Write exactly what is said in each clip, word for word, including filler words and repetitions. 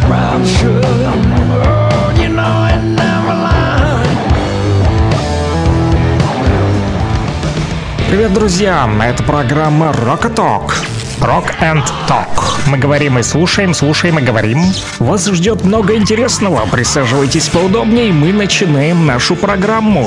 brown sugar, oh, you know it never lies. Привет, друзья! Это программа Rock and Talk. Rock and Talk. Мы говорим и слушаем, слушаем и говорим. Вас ждет много интересного. Присаживайтесь поудобнее, мы начинаем нашу программу.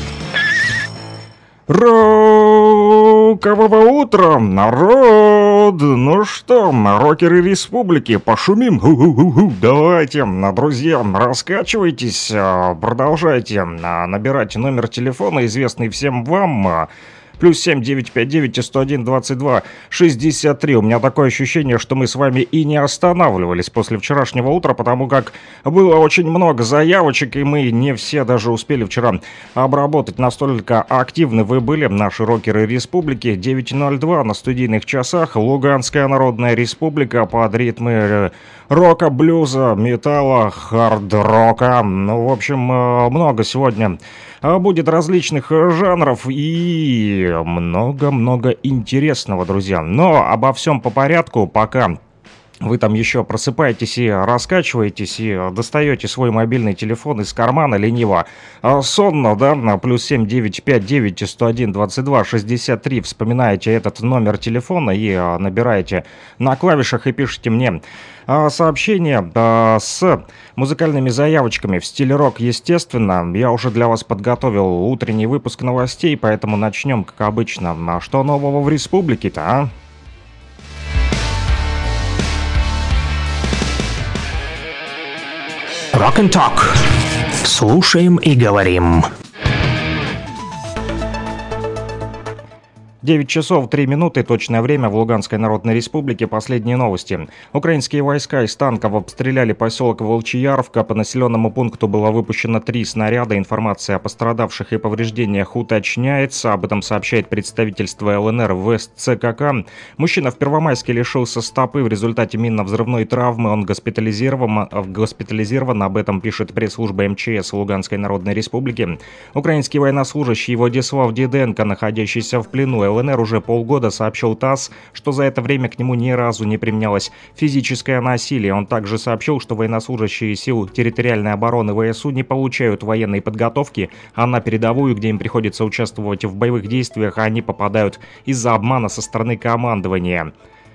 Рокового утра, народ! Ну что, рокеры республики, пошумим? Ху-ху-ху-ху. Давайте, друзья, раскачивайтесь, продолжайте набирать номер телефона, известный всем вам. Плюс семь девятьсот пятьдесят девять сто один двадцать два шестьдесят три. У меня такое ощущение, что мы с вами и не останавливались после вчерашнего утра, потому как было очень много заявочек, и мы не все даже успели вчера обработать. Настолько активны вы были, наши рокеры республики. девять ноль два на студийных часах. Луганская Народная Республика под ритмы рока, блюза, металла, хард-рока. Ну, в общем, много сегодня будет различных жанров и много-много интересного, друзья. Но обо всем по порядку, пока вы там еще просыпаетесь и раскачиваетесь, и достаете свой мобильный телефон из кармана лениво. Сонно, да, на плюс семь девятьсот пятьдесят девять сто один двадцать два шестьдесят три. Вспоминаете этот номер телефона и набираете на клавишах и пишите мне сообщение с музыкальными заявочками в стиле рок, естественно. Я уже для вас подготовил утренний выпуск новостей, поэтому начнем, как обычно. А что нового в республике-то, а? Rock and Talk. Слушаем и говорим. девять часов три минуты, точное время в Луганской Народной Республике. Последние новости. Украинские войска из танков обстреляли поселок Волчиярвка. По населенному пункту было выпущено три снаряда. Информация о пострадавших и повреждениях уточняется. Об этом сообщает представительство ЛНР в СЦКК. Мужчина в Первомайске лишился стопы в результате минно-взрывной травмы. Он госпитализирован. госпитализирован. Об этом пишет пресс-служба МЧС Луганской Народной Республики. Украинский военнослужащий Владислав Диденко, находящийся в плену, ЛНР уже полгода сообщил ТАСС, что за это время к нему ни разу не применялось физическое насилие. Он также сообщил, что военнослужащие сил территориальной обороны ВСУ не получают военной подготовки, а на передовую, где им приходится участвовать в боевых действиях, они попадают из-за обмана со стороны командования.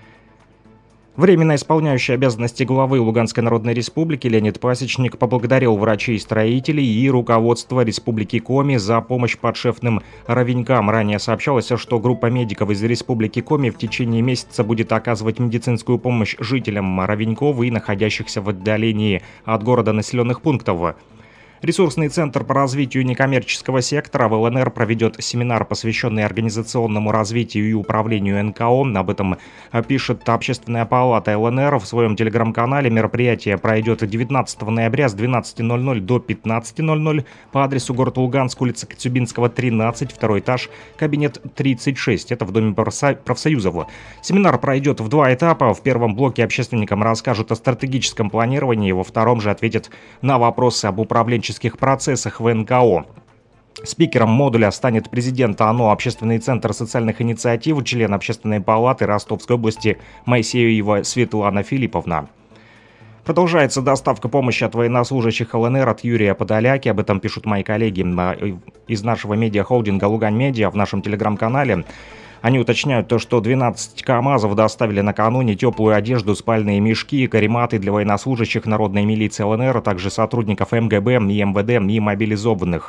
Временно исполняющий обязанности главы Луганской Народной Республики Леонид Пасечник поблагодарил врачей-строителей и руководство Республики Коми за помощь подшефным ровенькам. Ранее сообщалось, что группа медиков из Республики Коми в течение месяца будет оказывать медицинскую помощь жителям Ровеньков и находящихся в отдалении от города населенных пунктов. Ресурсный центр по развитию некоммерческого сектора в ЛНР проведет семинар, посвященный организационному развитию и управлению эн ка о. Об этом пишет Общественная палата ЛНР в своем телеграм-канале. Мероприятие пройдет девятнадцатого ноября с двенадцати ноль-ноль до пятнадцати ноль-ноль по адресу город Луганск, улица Коцюбинского, тринадцать, второй этаж, кабинет тридцать шесть. Это в Доме профсоюзов. Семинар пройдет в два этапа. В первом блоке общественникам расскажут о стратегическом планировании, во втором же ответят на вопросы об управленческом процессах в эн ка о. Спикером модуля станет президент ОНО «Общественный центр социальных инициатив», член Общественной палаты Ростовской области Моисеева Светлана Филипповна. Продолжается доставка помощи от военнослужащих ЛНР от Юрия Подоляки. Об этом пишут мои коллеги из нашего медиахолдинга «Лугань Медиа» в нашем телеграм-канале. Они уточняют то, что двенадцать КАМАЗов доставили накануне теплую одежду, спальные мешки, карематы для военнослужащих народной милиции ЛНР, а также сотрудников эм гэ бэ и эм вэ дэ и мобилизованных.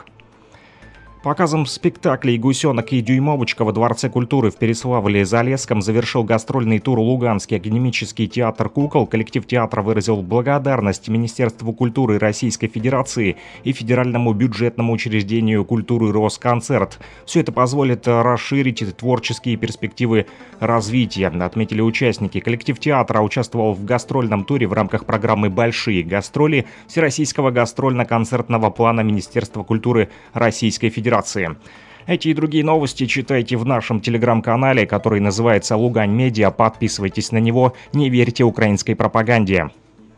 Показом спектаклей «Гусенок» и «Дюймовочка» во Дворце культуры в Переславле-Залесском завершил гастрольный тур Луганский академический театр кукол. Коллектив театра выразил благодарность Министерству культуры Российской Федерации и Федеральному бюджетному учреждению культуры «Росконцерт». Все это позволит расширить творческие перспективы развития, отметили участники. Коллектив театра участвовал в гастрольном туре в рамках программы «Большие гастроли» Всероссийского гастрольно-концертного плана Министерства культуры Российской Федерации. Эти и другие новости читайте в нашем телеграм-канале, который называется «Лугань Медиа». Подписывайтесь на него, не верьте украинской пропаганде.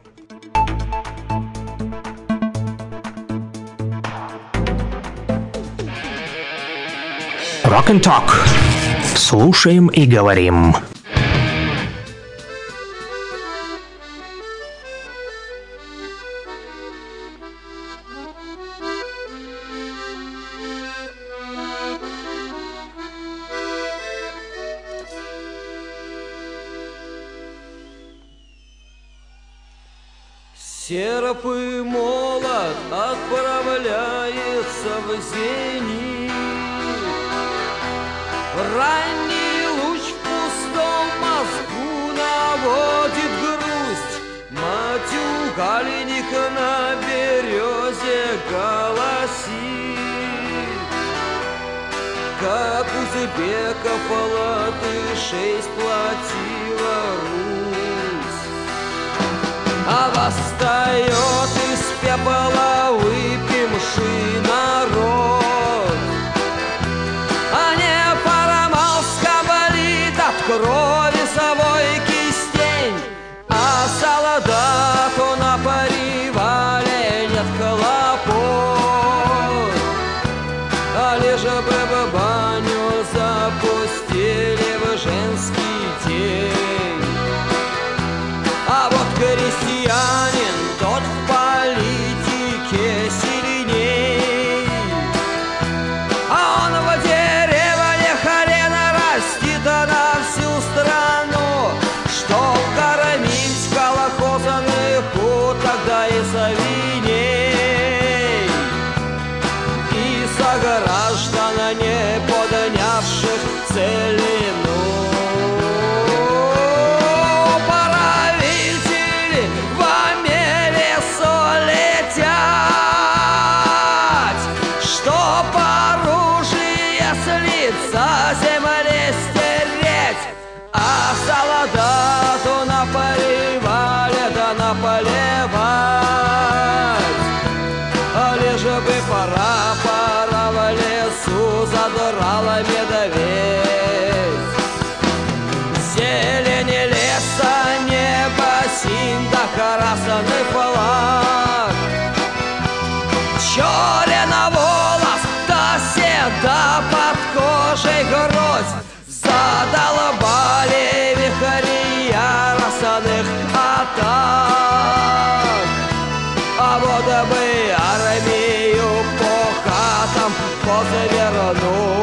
Rock and Talk. Слушаем и говорим. Серп и молот отправляется в зенит. Ранний луч в пустом мозгу наводит грусть. Матюгальник на березе голосит, как узбеков латышей сплотила Русь. А восстает из пепла выпивший народ. А не по-романскому болит от крови совой кистень, а солдату на привале нет хлопот. А лишь бы в баню запустили в женский день. А вот крестьянин, тот в политике сильней. А он в деревне хрена растит на всю страну, чтоб кормить колхозных уток, да и свиней. И сограждан, не поднявших целину. Земли стереть, а солдату на привале да наплевать. А лишь бы пора, пора в лесу задрала медведь. Зелени леса, небо синь да красный флаг. Черен волос, да седа под кожей грудь. Задолбали вихри яростных атак. А вот бы армию по хатам повернуть.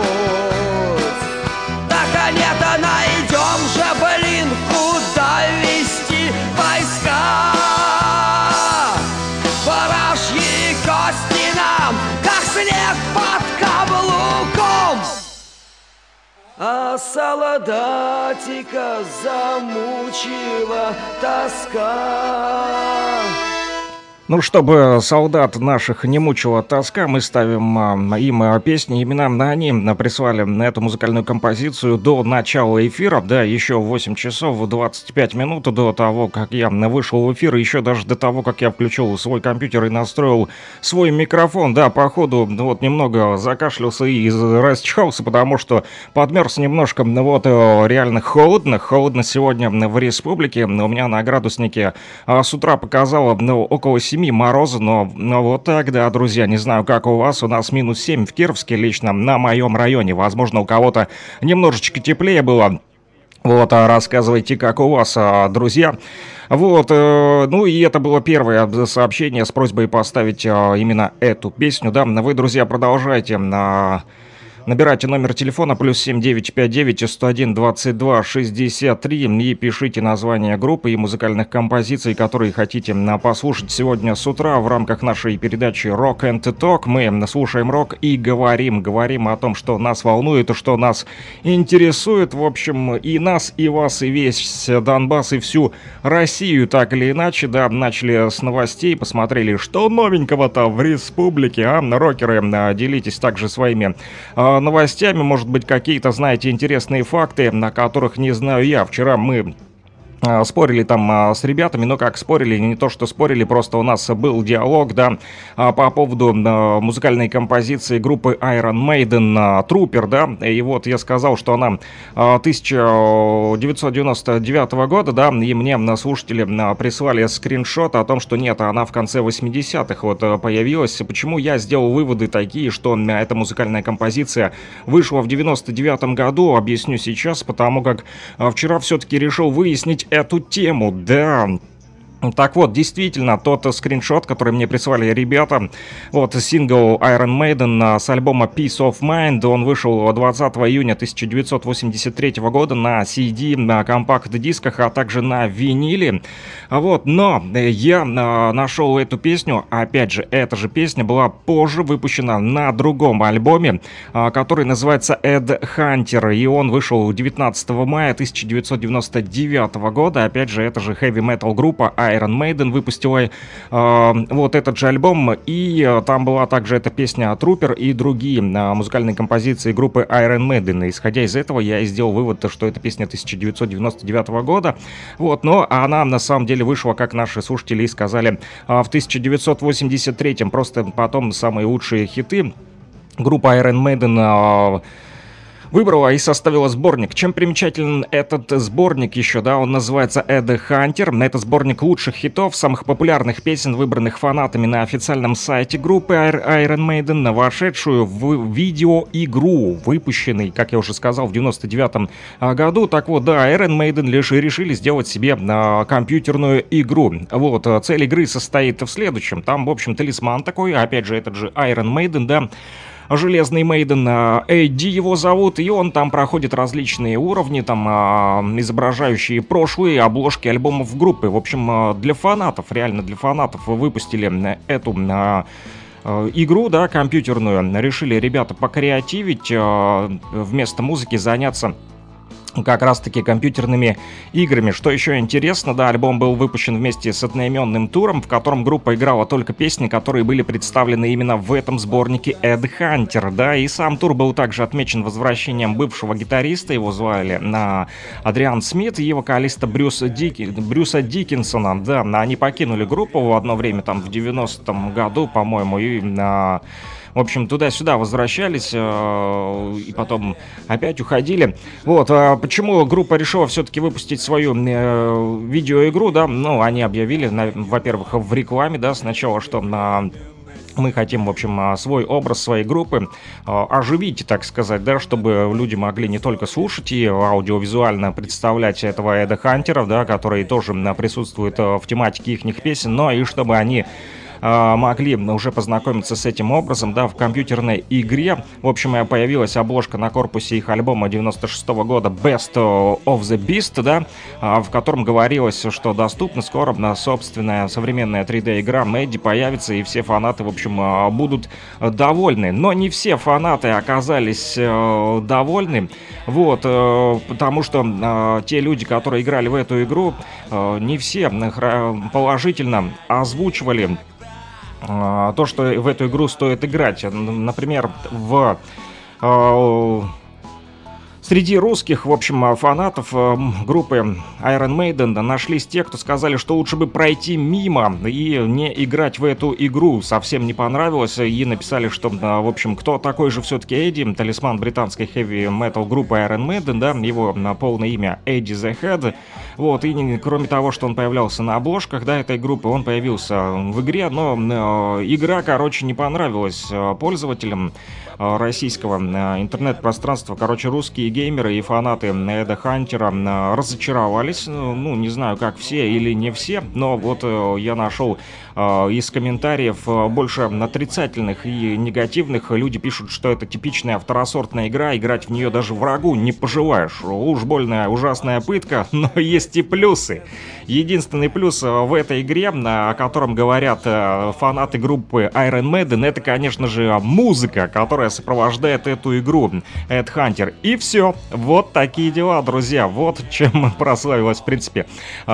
Так нет, найдем же, блин, куда вести войска. Вражьи кости нам, как снег под каблуком. А солдатика замучила тоска. Ну, чтобы солдат наших не мучила тоска, мы ставим а, им а, песни, имена. Они прислали на эту музыкальную композицию до начала эфира, да, еще восемь часов двадцать пять минут до того, как я вышел в эфир, еще даже до того, как я включил свой компьютер и настроил свой микрофон. Да, походу, вот немного закашлялся и расчихался, потому что подмерз немножко, вот, реально холодно. Холодно сегодня в республике. У меня на градуснике а, с утра показало, ну, около семи мороза, но, но вот так, да, друзья, не знаю, как у вас, у нас минус семь в Кировске лично, на моем районе, возможно, у кого-то немножечко теплее было. Вот, а рассказывайте, как у вас, друзья. Вот, э, ну и это было первое сообщение с просьбой поставить э, именно эту песню, да. Вы, друзья, продолжайте э, набирайте номер телефона плюс семь девять пять девять сто один двадцать два шестьдесят три и пишите название группы и музыкальных композиций, которые хотите послушать сегодня с утра в рамках нашей передачи Rock and Talk. Мы слушаем рок и говорим, говорим о том, что нас волнует и что нас интересует. В общем, и нас, и вас, и весь Донбасс, и всю Россию, так или иначе, да, начали с новостей, посмотрели, что новенького-то в республике, а, рокеры, делитесь также своими новостями, может быть, какие-то, знаете, интересные факты, на которых не знаю я. Вчера мы спорили там с ребятами, но как спорили, не то что спорили, просто у нас был диалог, да, по поводу музыкальной композиции группы Iron Maiden Trooper, да, и вот я сказал, что она тысяча девятьсот девяносто девятого года, да, и мне слушатели прислали скриншот о том, что нет, она в конце восьмидесятых вот появилась. Почему я сделал выводы такие, что эта музыкальная композиция вышла в девяносто девятом году, объясню сейчас, потому как вчера все-таки решил выяснить эту тему, да. Так вот, действительно, тот скриншот, который мне прислали ребята, вот сингл Iron Maiden с альбома Peace of Mind, он вышел двадцатого июня тысяча девятьсот восемьдесят третьего года на си ди, на компакт-дисках, а также на виниле. Вот, но я нашел эту песню, опять же, эта же песня была позже выпущена на другом альбоме, который называется Ed Hunter, и он вышел девятнадцатого мая тысяча девятьсот девяносто девятого года. Опять же, это же хэви-метал группа Iron Maiden выпустила э, вот этот же альбом, и э, там была также эта песня Trooper и другие э, музыкальные композиции группы Iron Maiden. Исходя из этого, я и сделал вывод, что это песня тысяча девятьсот девяносто девятого года. Вот, но она на самом деле вышла, как наши слушатели и сказали, э, в тысяча девятьсот восемьдесят третьем. Просто потом самые лучшие хиты группа Iron Maiden э, выбрала и составила сборник. Чем примечателен этот сборник еще, да, он называется Ed Hunter. Это сборник лучших хитов, самых популярных песен, выбранных фанатами на официальном сайте группы Iron Maiden, вошедшую в видеоигру, выпущенный, как я уже сказал, в девяносто девятом году. Так вот, да, Iron Maiden лишь решили сделать себе а, компьютерную игру. Вот, цель игры состоит в следующем. Там, в общем, талисман такой, опять же, этот же Iron Maiden, да, Железный Мейден, Эдди его зовут, и он там проходит различные уровни, там изображающие прошлые обложки альбомов группы. В общем, для фанатов, реально для фанатов выпустили эту игру, да, компьютерную. Решили ребята покреативить, вместо музыки заняться как раз-таки компьютерными играми. Что еще интересно, да, альбом был выпущен вместе с одноименным туром, в котором группа играла только песни, которые были представлены именно в этом сборнике Ed Hunter, да, и сам тур был также отмечен возвращением бывшего гитариста, его звали на Адриан Смит, и вокалиста Брюса, Дики, Брюса Диккинсона, да, они покинули группу в одно время, там, в девяностом году, по-моему, и на... В общем, туда-сюда возвращались э, и потом опять уходили. Вот, а почему группа решила все-таки выпустить свою э, видеоигру, да? Ну, они объявили, на, во-первых, в рекламе, да, сначала, что на... Мы хотим, в общем, свой образ своей группы э, оживить, так сказать, да, чтобы люди могли не только слушать и аудиовизуально представлять этого Эда Хантера, да, который тоже присутствует в тематике их песен, но и чтобы они могли уже познакомиться с этим образом, да, в компьютерной игре. В общем, появилась обложка на корпусе их альбома девяносто шестого года Best of the Beast, да, в котором говорилось, что доступна скоро на собственная современная три дэ-игра Мэдди появится, и все фанаты, в общем, будут довольны. Но не все фанаты оказались довольны, вот, потому что те люди, которые играли в эту игру, не все положительно озвучивали то, что в эту игру стоит играть. Например, в э, среди русских, в общем, фанатов э, группы Iron Maiden нашлись те, кто сказали, что лучше бы пройти мимо и не играть в эту игру. Совсем не понравилось, и написали, что, э, в общем, кто такой же все-таки Эдди, талисман британской хэви-метал группы Iron Maiden, да, его на полное имя Эдди the Head. Вот, и кроме того, что он появлялся на обложках, да, этой группы, он появился в игре, но э, игра, короче, не понравилась э, пользователям э, российского э, интернет-пространства. Короче, русские геймеры и фанаты Эда Хантера э, разочаровались, ну, не знаю, как все или не все, но вот э, я нашел э, из комментариев э, больше отрицательных и негативных. Люди пишут, что это типичная второсортная игра, играть в нее даже врагу не пожелаешь. Уж больная ужасная пытка, но есть и плюсы. Единственный плюс в этой игре, о котором говорят фанаты группы Iron Maiden, это, конечно же, музыка, которая сопровождает эту игру Ed Hunter. И все. Вот такие дела, друзья. Вот чем прославилась, в принципе,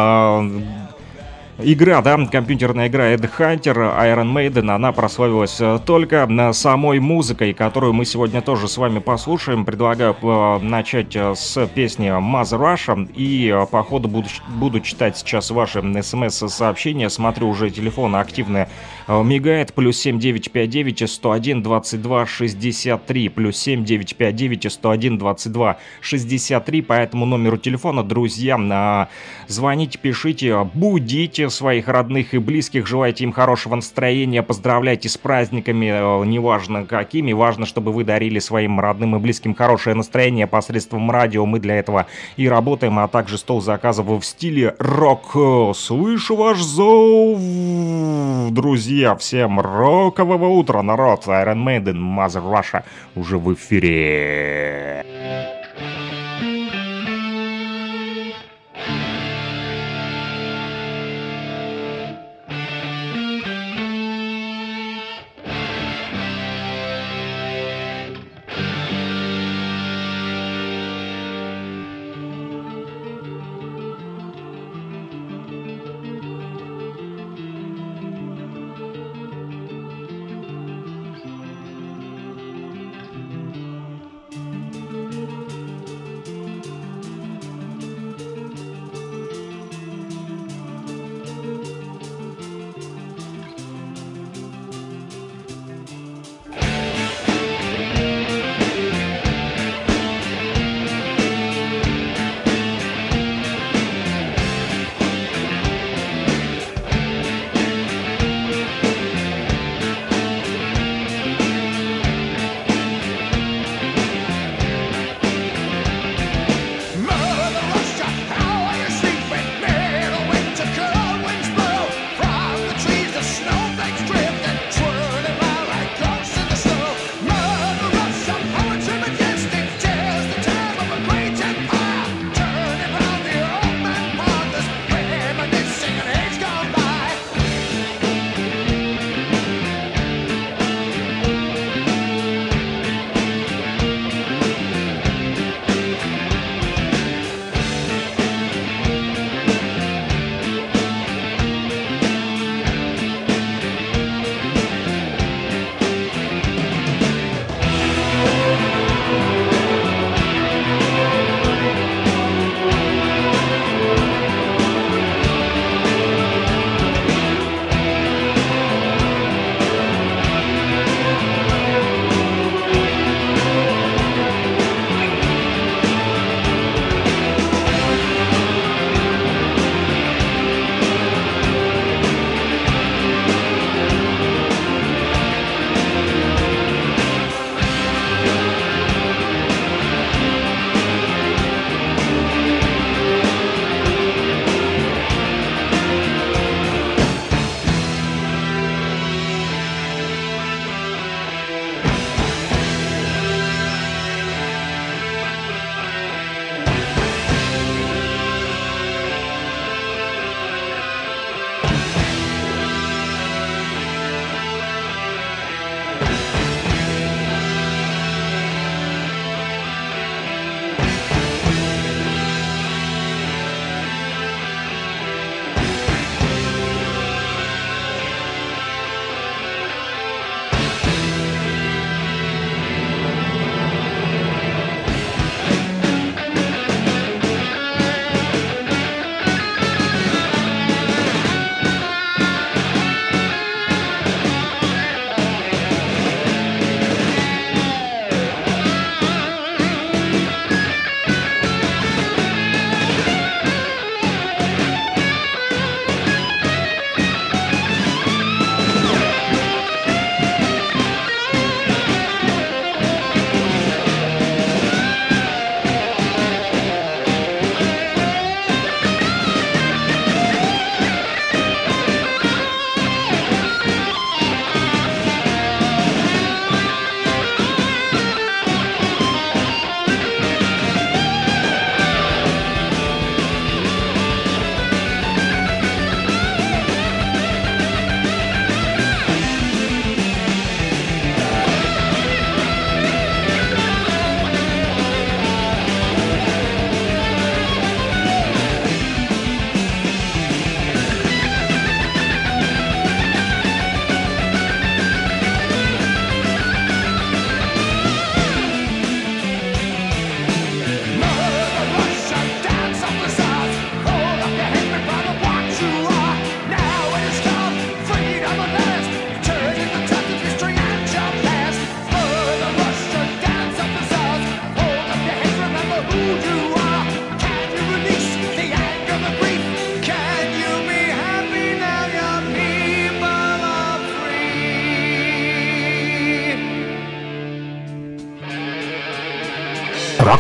игра, да, компьютерная игра Ed Hunter, Iron Maiden, она прославилась только самой музыкой, которую мы сегодня тоже с вами послушаем. Предлагаю э, начать с песни Mother Russia, и э, по ходу буду, буду читать сейчас ваши смс-сообщения. Смотрю, уже телефон активно э, мигает. Плюс семь девять пять девять сто один двадцать два шестьдесят три, плюс семь девять пять девять сто один двадцать два шестьдесят три. По этому номеру телефона, друзья, э, звоните, пишите, будите своих родных и близких, желайте им хорошего настроения, поздравляйте с праздниками, э, неважно какими, важно, чтобы вы дарили своим родным и близким хорошее настроение посредством радио, мы для этого и работаем, а также стол заказов в стиле рок. Слышу ваш зов, друзья, всем рокового утра, народ, Iron Maiden, Mother Russia уже в эфире.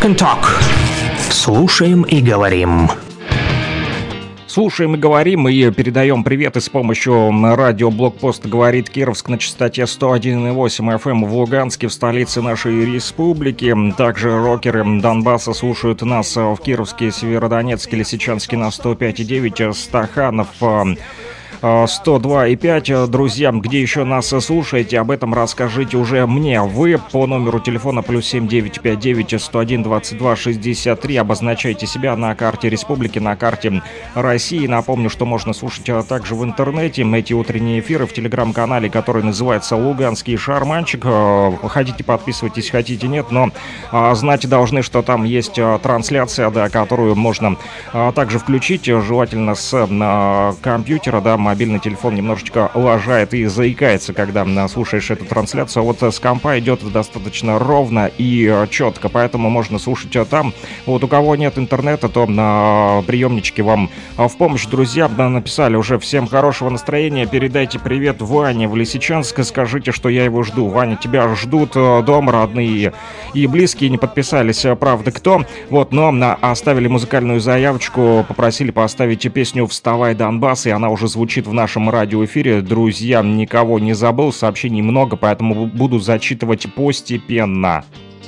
Walk and Talk. Слушаем и говорим. Слушаем и говорим, и передаем приветы с помощью радио «Блокпост говорит Кировск» на частоте сто один и восемь эф эм в Луганске, в столице нашей республики. Также рокеры Донбасса слушают нас в Кировске, Северодонецке, Лисичанске на сто пять и девять, Стаханов сто два и пять. Друзья, где еще нас слушаете, об этом расскажите уже мне. Вы по номеру телефона плюс семь девять пять девять сто один двадцать два шестьдесят три обозначайте себя на карте республики, на карте России. Напомню, что можно слушать также в интернете эти утренние эфиры в телеграм-канале, который называется «Луганский шарманчик». Хотите, подписывайтесь, хотите, нет, но знать должны, что там есть трансляция, да, которую можно также включить, желательно с компьютера, да, мобильный телефон немножечко лажает и заикается, когда слушаешь эту трансляцию. Вот с компа идет достаточно ровно и четко, поэтому можно слушать там. Вот у кого нет интернета, то на приемничке вам в помощь. Друзья написали уже: всем хорошего настроения, передайте привет Ване в Лисичанск, скажите, что я его жду. Ваня, тебя ждут дома родные и близкие, не подписались, правда, кто. Вот, но оставили музыкальную заявочку, попросили поставить песню «Вставай, Донбасс», и она уже звучит в нашем радиоэфире. Друзья, никого не забыл, сообщений много, поэтому буду зачитывать постепенно.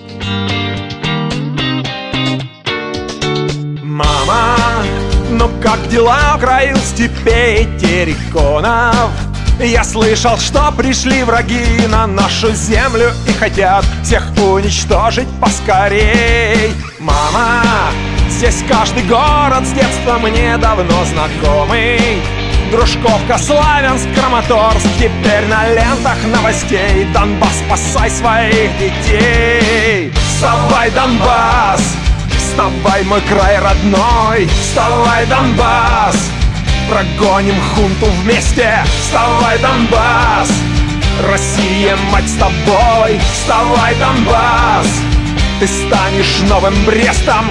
Мама, ну как дела в краю степей и терриконов? Я слышал, что пришли враги на нашу землю и хотят всех уничтожить поскорей. Мама, здесь каждый город с детства мне давно знакомый. Дружковка, Славянск, Краматорск, теперь на лентах новостей. Донбасс, спасай своих детей. Вставай, Донбасс, вставай, мой край родной. Вставай, Донбасс, прогоним хунту вместе. Вставай, Донбасс, Россия, мать, с тобой. Вставай, Донбасс, ты станешь новым Брестом.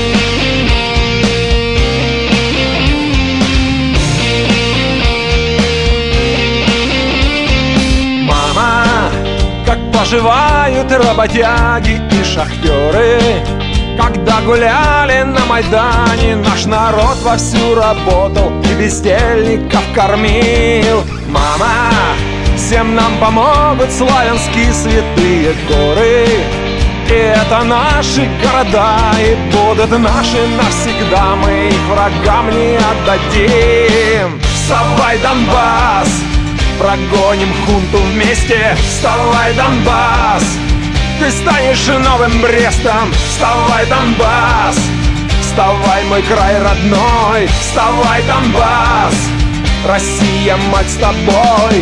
Мама, как поживают работяги и шахтеры? Когда гуляли на Майдане, наш народ вовсю работал и бездельников кормил. Мама, всем нам помогут славянские святые горы. И это наши города, и будут наши навсегда. Мы их врагам не отдадим. Вставай, Донбасс, прогоним хунту вместе. Вставай, Донбасс, ты станешь новым Брестом. Вставай, Донбасс, вставай, мой край родной. Вставай, Донбасс, Россия, мать, с тобой.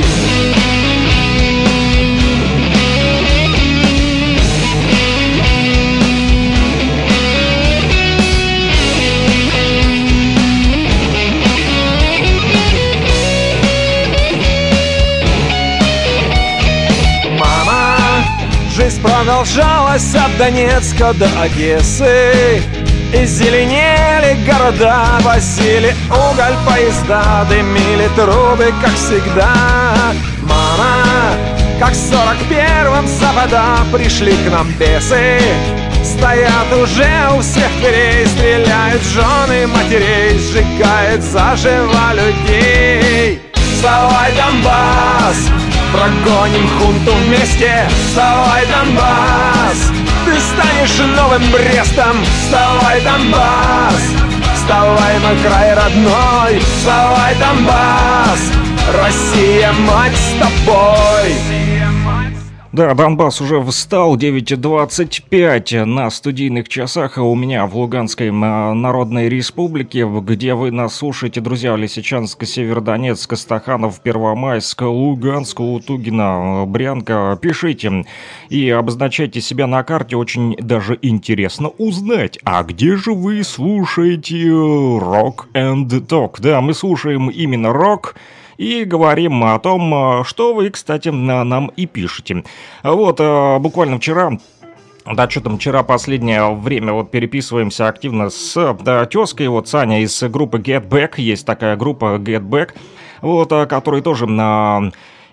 Жизнь продолжалась от Донецка до Одессы. И зеленели города, возили уголь поезда, дымили трубы, как всегда. Мама, как в сорок первом с запада пришли к нам бесы. Стоят уже у всех дверей, стреляют жены матерей, сжигают заживо людей. Вставай, Донбасс, прогоним хунту вместе. Вставай, Донбасс, ты станешь новым Брестом. Вставай, Донбасс, вставай, мой край родной. Вставай, Донбасс, Россия, мать, с тобой. Да, Донбасс уже встал, девять двадцать пять на студийных часах у меня в Луганской Народной Республике, где вы нас слушаете, друзья, Лисичанск, Северодонецк, Стаханов, Первомайск, Луганск, Лутугина, Брянка. Пишите и обозначайте себя на карте, очень даже интересно узнать, а где же вы слушаете Rock and Talk? Да, мы слушаем именно рок и говорим о том, что вы, кстати, нам и пишете. Вот, буквально вчера, да, что там, вчера последнее время вот переписываемся активно с да, тезкой, вот Саня из группы Get Back, есть такая группа Get Back, вот, которая тоже на...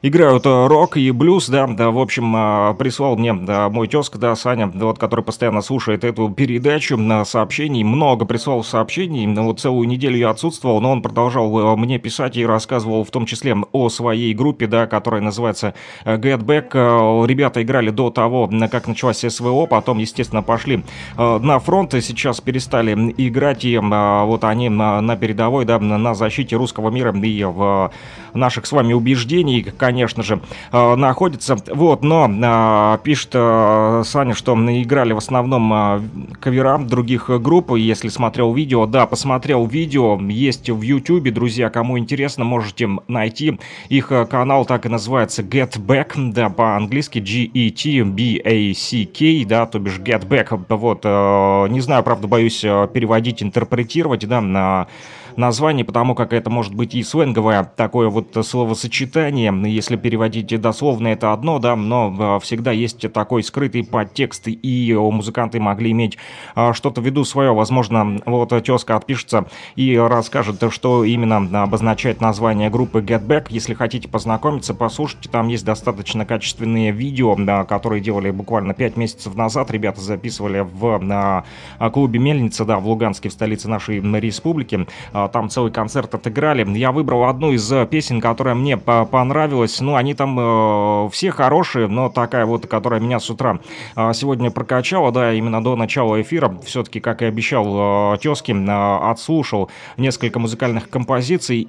играют рок и блюз, да, да, в общем, прислал мне да, мой тезка, да, Саня, вот, который постоянно слушает эту передачу, сообщений, много прислал сообщений, вот целую неделю я отсутствовал, но он продолжал мне писать и рассказывал в том числе о своей группе, да, которая называется Get Back. Ребята играли до того, как началась СВО, потом, естественно, пошли на фронт, и сейчас перестали играть, и вот они на, на передовой, да, на защите русского мира и в наших с вами убеждений, конечно же, находятся. Вот, но пишет Саня, что играли в основном кавера других групп. Если смотрел видео, да, посмотрел видео, есть в Ютубе, друзья, кому интересно, можете найти. Их канал так и называется Get Back, да, по-английски G E T B A C K, да, то бишь Get Back. Вот, не знаю, правда, боюсь переводить, интерпретировать, да, на название, потому как это может быть и сленговое такое вот словосочетание, если переводить дословно, это одно, да, но всегда есть такой скрытый подтекст, и музыканты могли иметь что-то в виду свое, возможно, вот тезка отпишется и расскажет, что именно обозначает название группы Get Back. Если хотите познакомиться, послушайте, там есть достаточно качественные видео, да, которые делали буквально пять месяцев назад, ребята записывали в на клубе Мельница, да, в Луганске, в столице нашей республики. Там целый концерт отыграли. Я выбрал одну из песен, которая мне понравилась. Ну, они там э, все хорошие, но такая вот, которая меня с утра э, сегодня прокачала, да, именно до начала эфира. Все-таки, как и обещал э, тезке, э, отслушал несколько музыкальных композиций,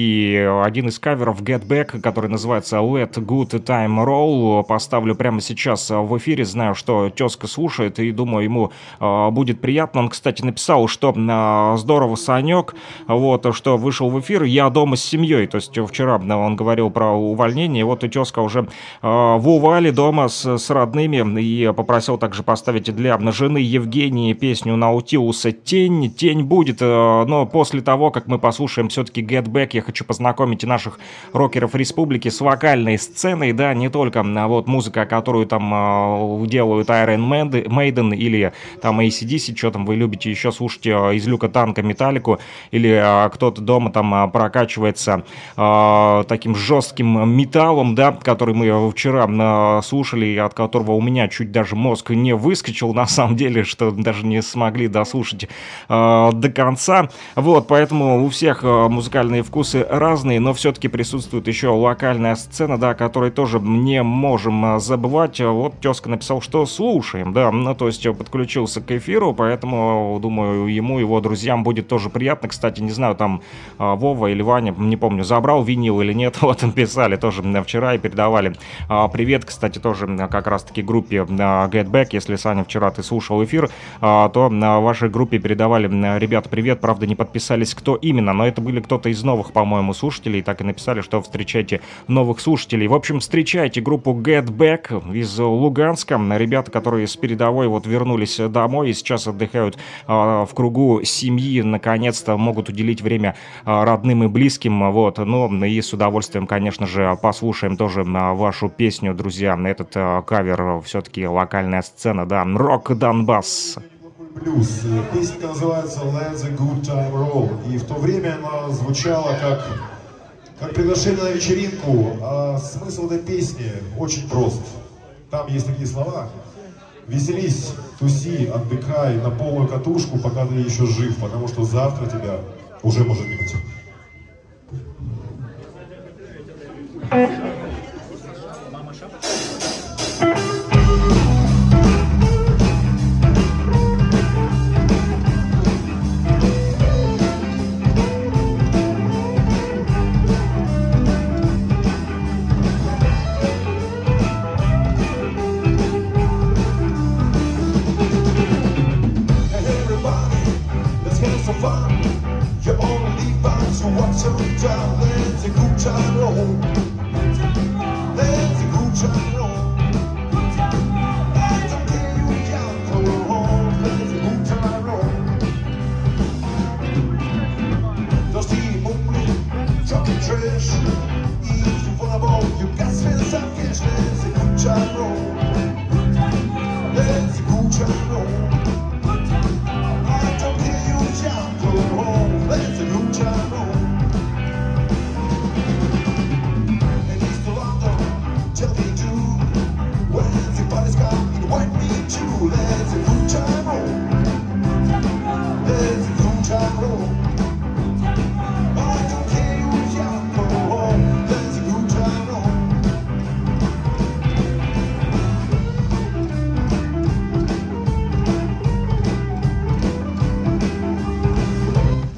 и один из каверов Get Back, который называется Let Good Time Roll, поставлю прямо сейчас в эфире. Знаю, что тезка слушает, и думаю, ему э, будет приятно. Он, кстати, написал, что э, здорово, Санек, вот, что вышел в эфир, я дома с семьей, то есть вчера он говорил про увольнение, вот и тезка уже э, в Увале дома с, с родными, и попросил также поставить для жены Евгении песню Наутилуса «Тень». «Тень» будет, э, но после того, как мы послушаем все-таки Get Back, я хочу познакомить наших рокеров республики с вокальной сценой, да, не только вот музыка, которую там э, делают Iron Maiden или там эй си ди си, что там вы любите еще слушать э, из Люка Танка, Металлику, или кто-то дома там прокачивается э, таким жестким металлом, да, который мы вчера э, слушали, от которого у меня чуть даже мозг не выскочил, на самом деле, что даже не смогли дослушать э, до конца. Вот, поэтому у всех э, музыкальные вкусы разные, но все-таки присутствует еще локальная сцена, да, которой тоже не можем забывать. Вот тезка написал, что слушаем, да, ну, то есть подключился к эфиру, поэтому, думаю, ему, его друзьям будет тоже приятно. Кстати, не знаю, там а, Вова или Ваня, не помню, забрал винил или нет, вот писали тоже вчера и передавали а, привет, кстати, тоже как раз-таки группе а, Get Back. Если, Саня, вчера ты слушал эфир, а, то на вашей группе передавали ребята привет, правда, не подписались, кто именно, но это были кто-то из новых, по-моему, слушателей, так и написали, что встречайте новых слушателей. В общем, встречайте группу Get Back из Луганска, ребята, которые с передовой вот вернулись домой и сейчас отдыхают а, в кругу семьи, наконец-то могут уделить время родным и близким, вот, ну и с удовольствием, конечно же, послушаем тоже вашу песню, друзья, этот кавер, все-таки локальная сцена, да, Рок Донбасс. Плюс. Песня называется Let the Good Time Roll, и в то время она звучала как, как приглашение на вечеринку, а смысл этой песни очень прост. Там есть такие слова: веселись, туси, отдыхай на полную катушку, пока ты еще жив, потому что завтра тебя уже может не быть.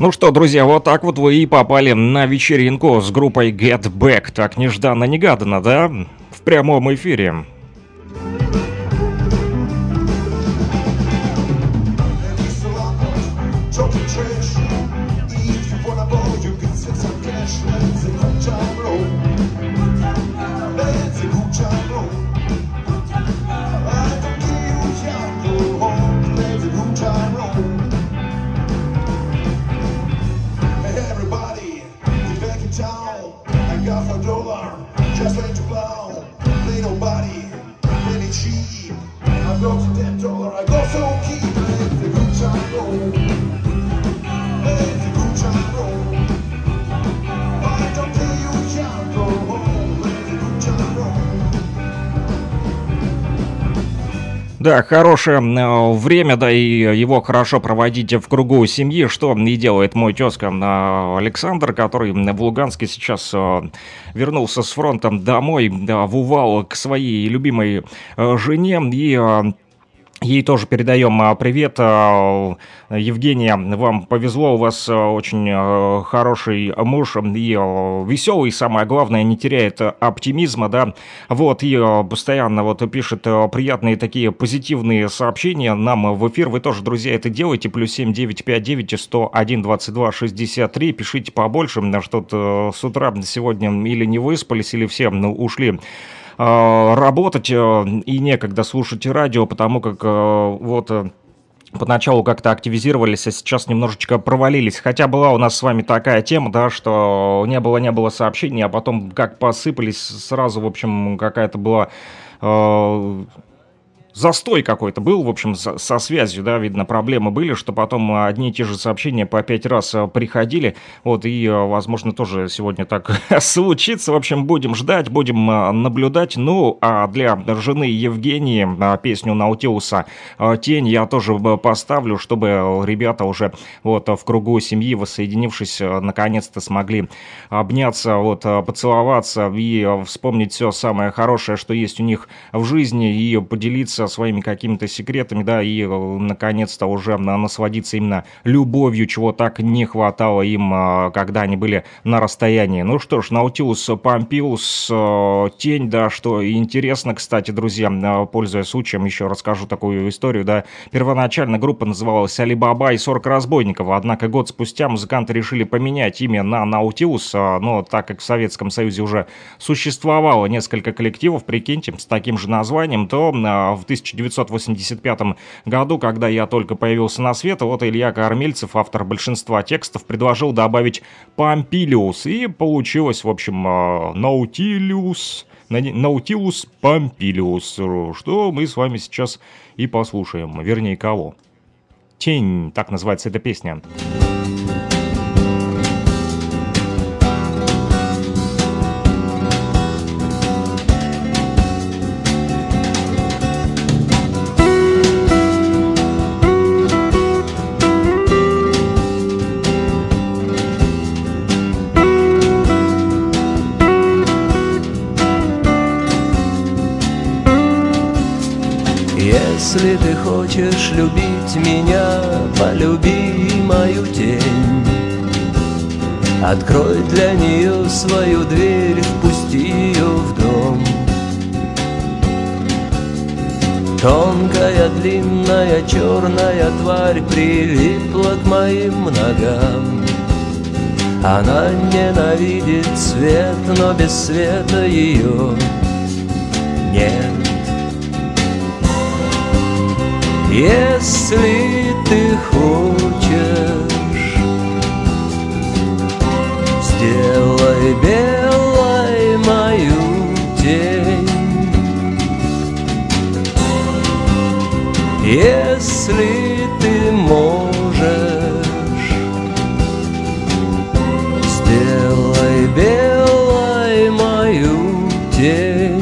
Ну что, друзья, вот так вот вы и попали на вечеринку с группой Get Back. Так нежданно-негаданно, да? В прямом эфире. Да, хорошее э, время, да, и его хорошо проводить в кругу семьи, что и делает мой тезка э, Александр, который в Луганске сейчас э, вернулся с фронта домой, да, в Увал к своей любимой э, жене, и э, ей тоже передаем э, привет. Э, Евгения, вам повезло, у вас э, очень э, хороший муж и э, веселый, самое главное, не теряет оптимизма, да, вот, и э, постоянно вот пишет э, приятные такие позитивные сообщения нам в эфир. Вы тоже, друзья, это делаете, плюс семь девять пять девять сто один двадцать два шестьдесят три, пишите побольше, на что-то с утра сегодня или не выспались, или все ну, ушли работать и некогда слушать радио, потому как вот поначалу как-то активизировались, а сейчас немножечко провалились. Хотя была у нас с вами такая тема, да, что не было-не было сообщений, а потом как посыпались сразу, в общем, какая-то была... Э- Застой какой-то был, в общем, со, со связью, да, видно, проблемы были, что потом одни и те же сообщения по пять раз приходили, вот, и, возможно, тоже сегодня так случится, в общем, будем ждать, будем наблюдать, ну, а для жены Евгении песню Наутилуса «Тень» я тоже поставлю, чтобы ребята уже, вот, в кругу семьи, воссоединившись, наконец-то смогли обняться, вот, поцеловаться и вспомнить все самое хорошее, что есть у них в жизни, и поделиться своими какими-то секретами, да, и наконец-то уже насладиться именно любовью, чего так не хватало им, когда они были на расстоянии. Ну что ж, Наутилус Помпилиус, «Тень», да, что интересно, кстати, друзья, пользуясь случаем, еще расскажу такую историю, да, первоначально группа называлась «Али-Баба и сорок разбойников», однако год спустя музыканты решили поменять имя на Наутилус, но так как в Советском Союзе уже существовало несколько коллективов, прикиньте, с таким же названием, то в тысяча девятьсот восемьдесят пятом году, когда я только появился на свет, вот Илья Кормильцев, автор большинства текстов, предложил добавить Помпилиус, и получилось, в общем, Наутилус, Наутилус Помпилиус, что мы с вами сейчас и послушаем, вернее, кого? «Тень», так называется эта песня. Если ты хочешь любить меня, полюби мою тень. Открой для нее свою дверь, впусти ее в дом. Тонкая, длинная, черная тварь прилипла к моим ногам. Она ненавидит свет, но без света ее нет. Если ты хочешь, сделай белой мою тень. Если ты можешь, сделай белой мою тень.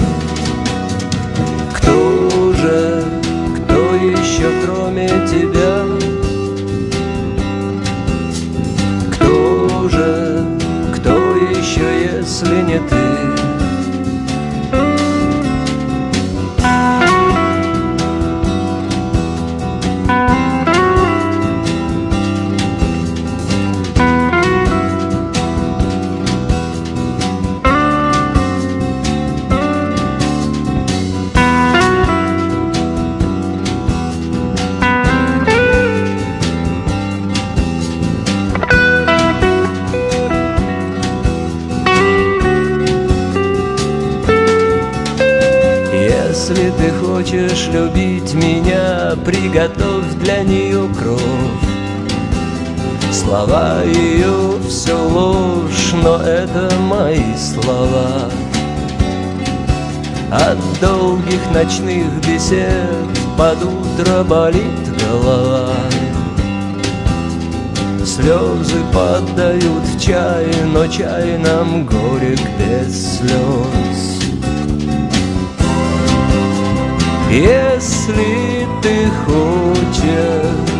Кто же, кто еще кроме тебя? Кто же, кто еще, если не ты? Если ты хочешь любить меня, приготовь для нее кровь. Слова ее все ложь, но это мои слова. От долгих ночных бесед под утро болит голова. Слезы падают в чай, но чай нам горек без слез. Если ты хочешь,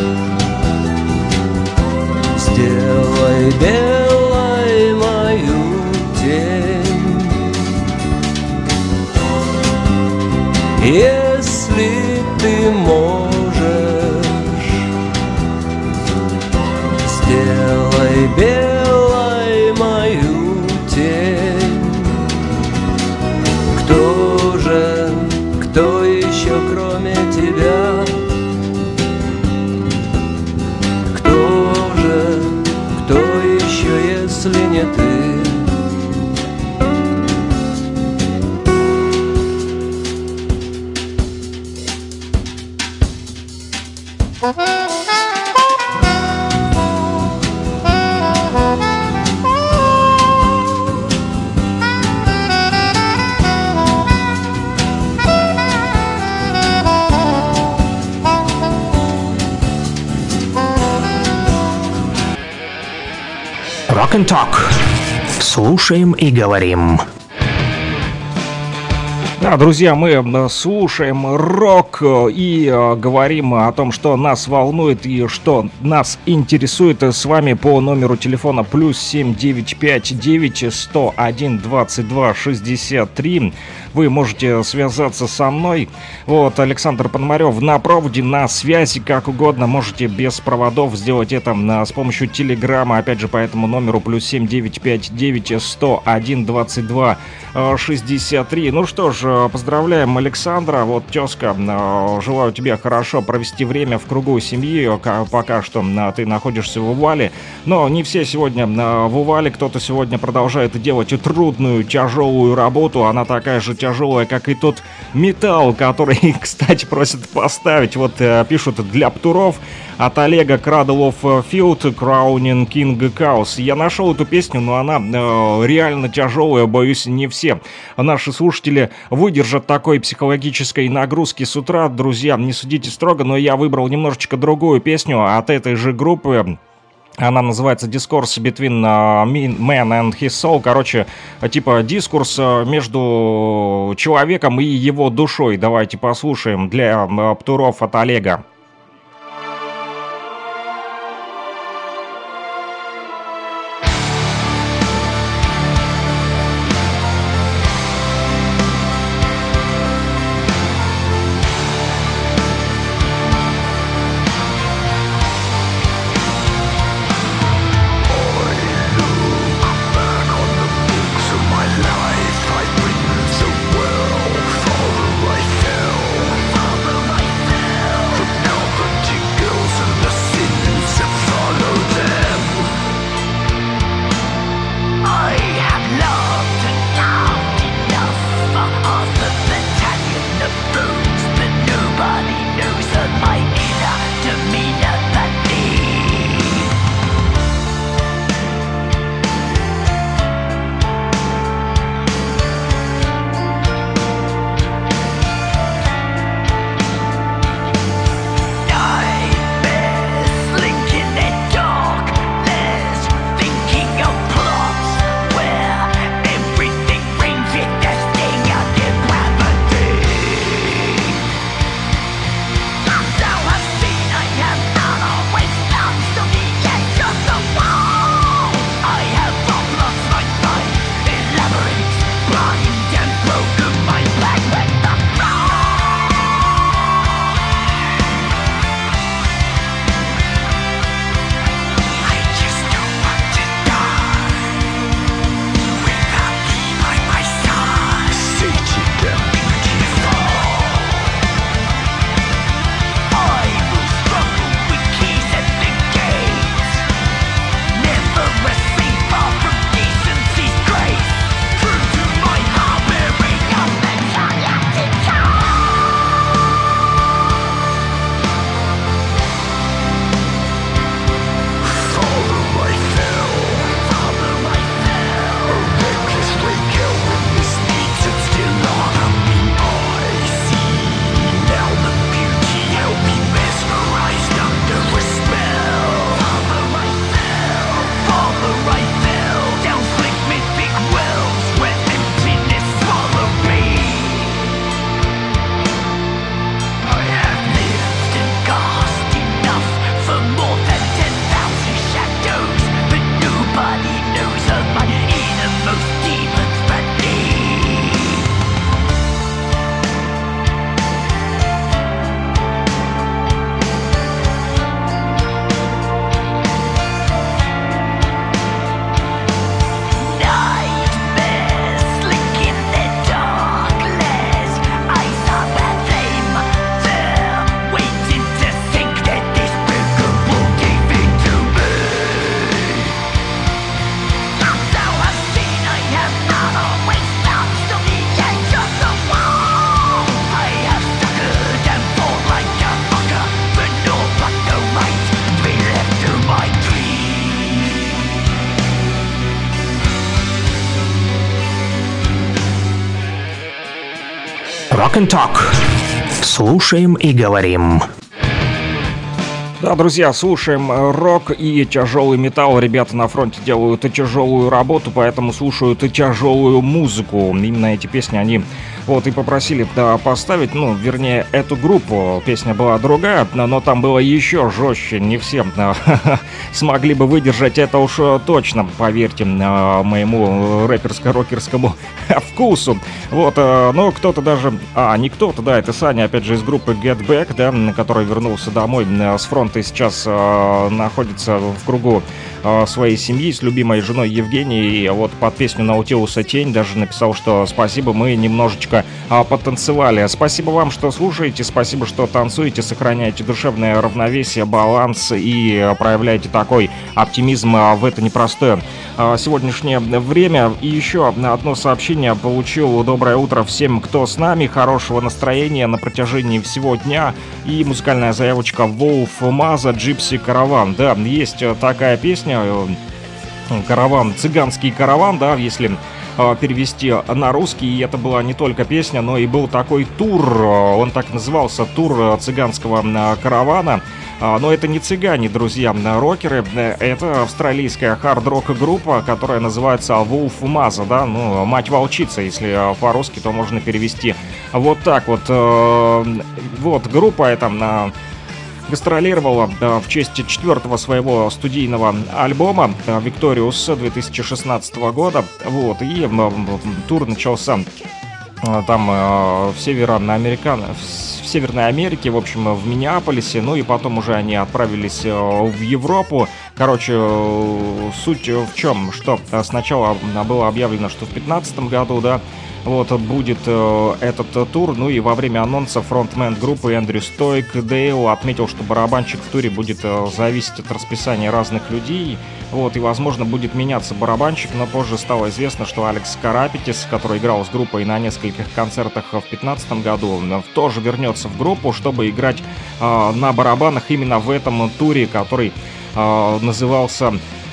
сделай белой мою тень. Если ты можешь, сделай белой мою тень. Кто же, кто еще кроме тебя? Кто же, кто еще, если не ты? Rock and Talk. Слушаем и говорим. Да, друзья, мы слушаем рок и э, говорим о том, что нас волнует и что нас интересует. С вами по номеру телефона плюс семь девять пять девять сто один двадцать два шестьдесят три. Вы можете связаться со мной. Вот, Александр Пономарев на проводе, на связи, как угодно. Можете без проводов сделать это на, с помощью телеграма. Опять же, по этому номеру плюс семь девять пять девять сто один двадцать два шестьдесят три. Ну что ж, поздравляем Александра. Вот, тезка, желаю тебе хорошо провести время в кругу семьи, пока что ты находишься в Увале. Но не все сегодня в Увале. Кто-то сегодня продолжает делать трудную, тяжелую работу. Она такая же тяжелая, как и тот металл, который, кстати, просят поставить. Вот пишут для Птуров от Олега Cradle of Field, Crowning King Chaos. Я нашел эту песню, но она э, реально тяжелая. Боюсь, не все наши слушатели выдержат такой психологической нагрузки с утра. Друзья, не судите строго, но я выбрал немножечко другую песню от этой же группы. Она называется Discourse Between Man and His Soul. Короче, типа дискурс между человеком и его душой. Давайте послушаем для Птуров от Олега. No Rock and Talk. Слушаем и говорим. Да, друзья, слушаем рок и тяжелый металл. Ребята на фронте делают и тяжелую работу, поэтому слушают и тяжелую музыку. Именно эти песни они вот и попросили да, поставить, ну, вернее, эту группу. Песня была другая, но там было еще жестче. Не все да, смогли бы выдержать это уж точно, поверьте моему рэперско-рокерскому вкусу. Вот, но кто-то даже... А, не кто-то, да, это Саня, опять же, из группы Get Back, да, который вернулся домой с фронта и сейчас э, находится в кругу э, своей семьи с любимой женой Евгенией. И вот под песню Наутилуса «Тень» даже написал, что спасибо, мы немножечко э, потанцевали. Спасибо вам, что слушаете, спасибо, что танцуете, сохраняете душевное равновесие, баланс и э, проявляете такой оптимизм э, в это непростое э, сегодняшнее время. И еще одно сообщение получил. Доброе утро всем, кто с нами, хорошего настроения на протяжении всего дня. И музыкальная заявочка Wolf Маза Джипси Караван. Да, есть такая песня, караван, цыганский караван, да, если э, перевести на русский. И это была не только песня, но и был такой тур, он так назывался, тур цыганского э, каравана. Э, но это не цыгане, друзья, рокеры, это австралийская хард-рок группа, которая называется Wolf Маза, да, ну, мать-волчица, если по-русски, то можно перевести вот так вот. Э, вот, группа эта на... гастролировала да, в честь четвертого своего студийного альбома «Викториус» две тысячи шестнадцатого года. Вот, и э, тур начался э, там э, в Североамерикан... в Северной Америке, в общем, в Миннеаполисе. Ну и потом уже они отправились э, в Европу. Короче, э, суть в чем? Что сначала было объявлено, что в пятнадцатом году, да, вот будет э, этот э, тур, ну и во время анонса фронтмен группы Эндрю Стойк Дейл отметил, что барабанщик в туре будет э, зависеть от расписания разных людей, вот, и, возможно, будет меняться барабанщик, но позже стало известно, что Алекс Карапетис, который играл с группой на нескольких концертах в пятнадцатом году, тоже вернется в группу, чтобы играть э, на барабанах именно в этом туре, который э, назывался...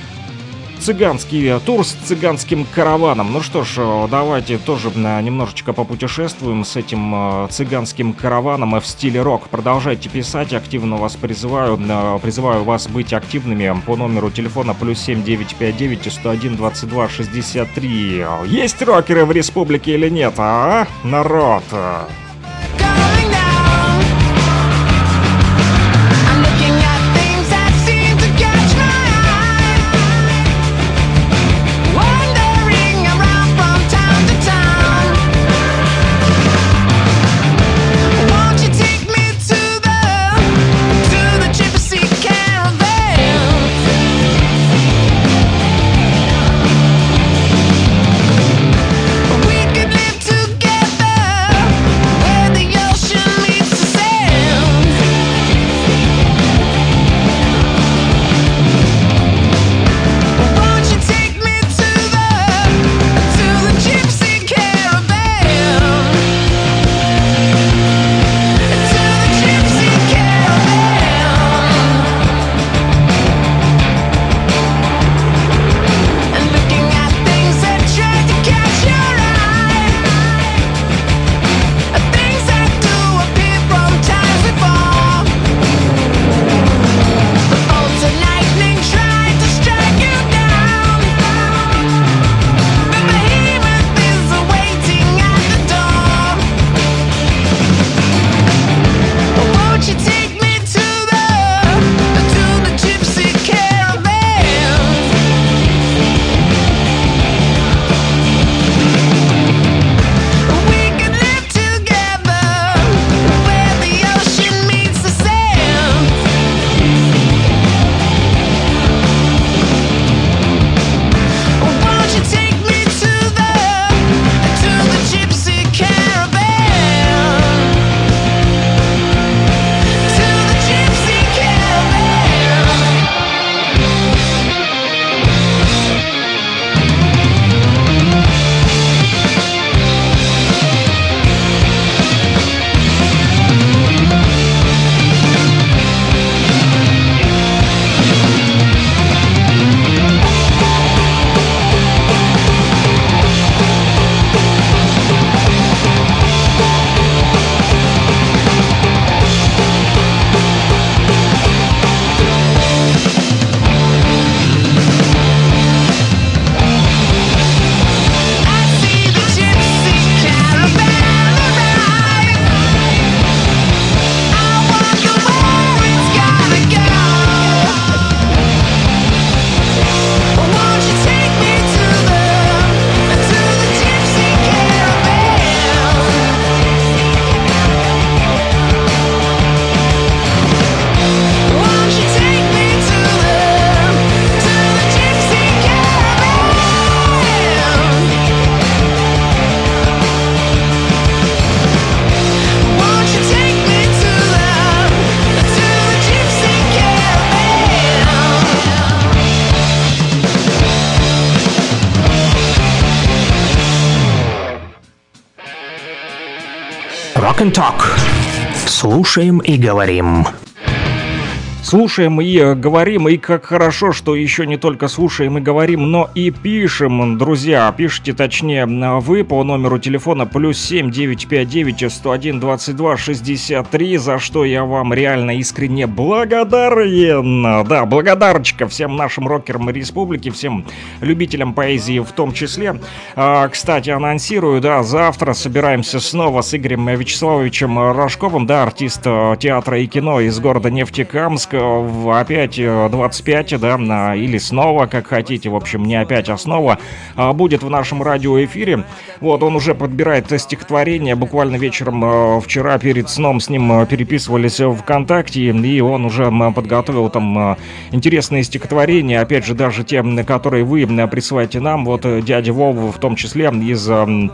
цыганский тур с цыганским караваном. Ну что ж, давайте тоже немножечко попутешествуем с этим цыганским караваном в стиле рок. Продолжайте писать, активно вас призываю. Призываю вас быть активными по номеру телефона плюс семь девятьсот пятьдесят девять сто один двадцать два шестьдесят три. Есть рокеры в республике или нет, а, народ? We could live together. Rock and Talk. Слушаем и говорим. Слушаем и говорим, и как хорошо, что еще не только слушаем и говорим, но и пишем, друзья. Пишите, точнее, вы по номеру телефона плюс семь девятьсот пятьдесят девять сто один двадцать два шестьдесят три, за что я вам реально искренне благодарен. Да, благодарочка всем нашим рокерам республики, всем любителям поэзии в том числе. А, кстати, анонсирую, да, завтра собираемся снова с Игорем Вячеславовичем Рожковым, да, артист театра и кино из города Нефтекамск. Опять двадцать пять, да, или снова, как хотите, в общем, не опять, а снова будет в нашем радиоэфире. Вот, он уже подбирает стихотворение, буквально вечером вчера перед сном с ним переписывались в ВКонтакте, и он уже подготовил там интересные стихотворения, опять же, даже те, которые вы присылаете нам, вот дядя Вова в том числе из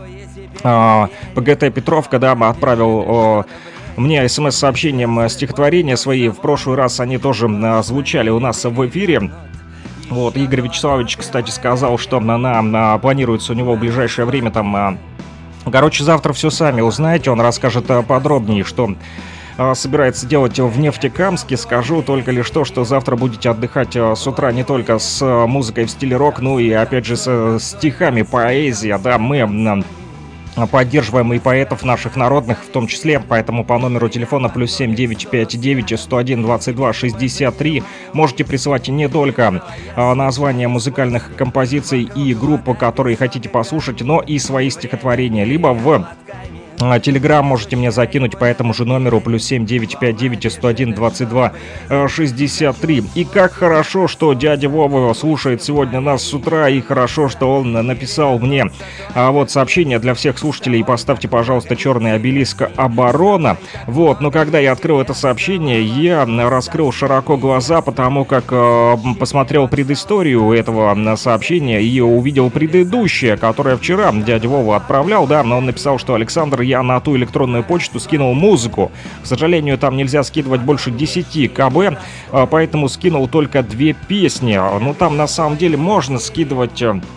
ПГТ Петровка, да, отправил мне смс-сообщением стихотворения свои. В прошлый раз они тоже а, звучали у нас в эфире. Вот, Игорь Вячеславович, кстати, сказал, что на, на, планируется у него в ближайшее время там... А, короче, завтра все сами узнаете, он расскажет а, подробнее, что а, собирается делать в Нефтекамске. Скажу только лишь то, что завтра будете отдыхать а, с утра не только с а, музыкой в стиле рок, ну и опять же с а, стихами, поэзия, да, мы... А, поддерживаем и поэтов наших народных в том числе, поэтому по номеру телефона плюс семь девятьсот пятьдесят девять сто один двадцать два шестьдесят три можете присылать не только а, названия музыкальных композиций и групп, которые хотите послушать, но и свои стихотворения, либо в Телеграм можете мне закинуть по этому же номеру плюс семь девятьсот пятьдесят девять сто один двадцать два шестьдесят три. И как хорошо, что дядя Вова слушает сегодня нас с утра, и хорошо, что он написал мне а вот сообщение для всех слушателей. Поставьте, пожалуйста, черный обелиск «Оборона». Вот, но когда я открыл это сообщение, я раскрыл широко глаза, потому как э, посмотрел предысторию этого сообщения и увидел предыдущее, которое вчера дядя Вова отправлял, да, но он написал, что Александр, я на ту электронную почту скинул музыку. К сожалению, там нельзя скидывать больше десять килобайт, поэтому скинул только две песни. Ну, там на самом деле можно скидывать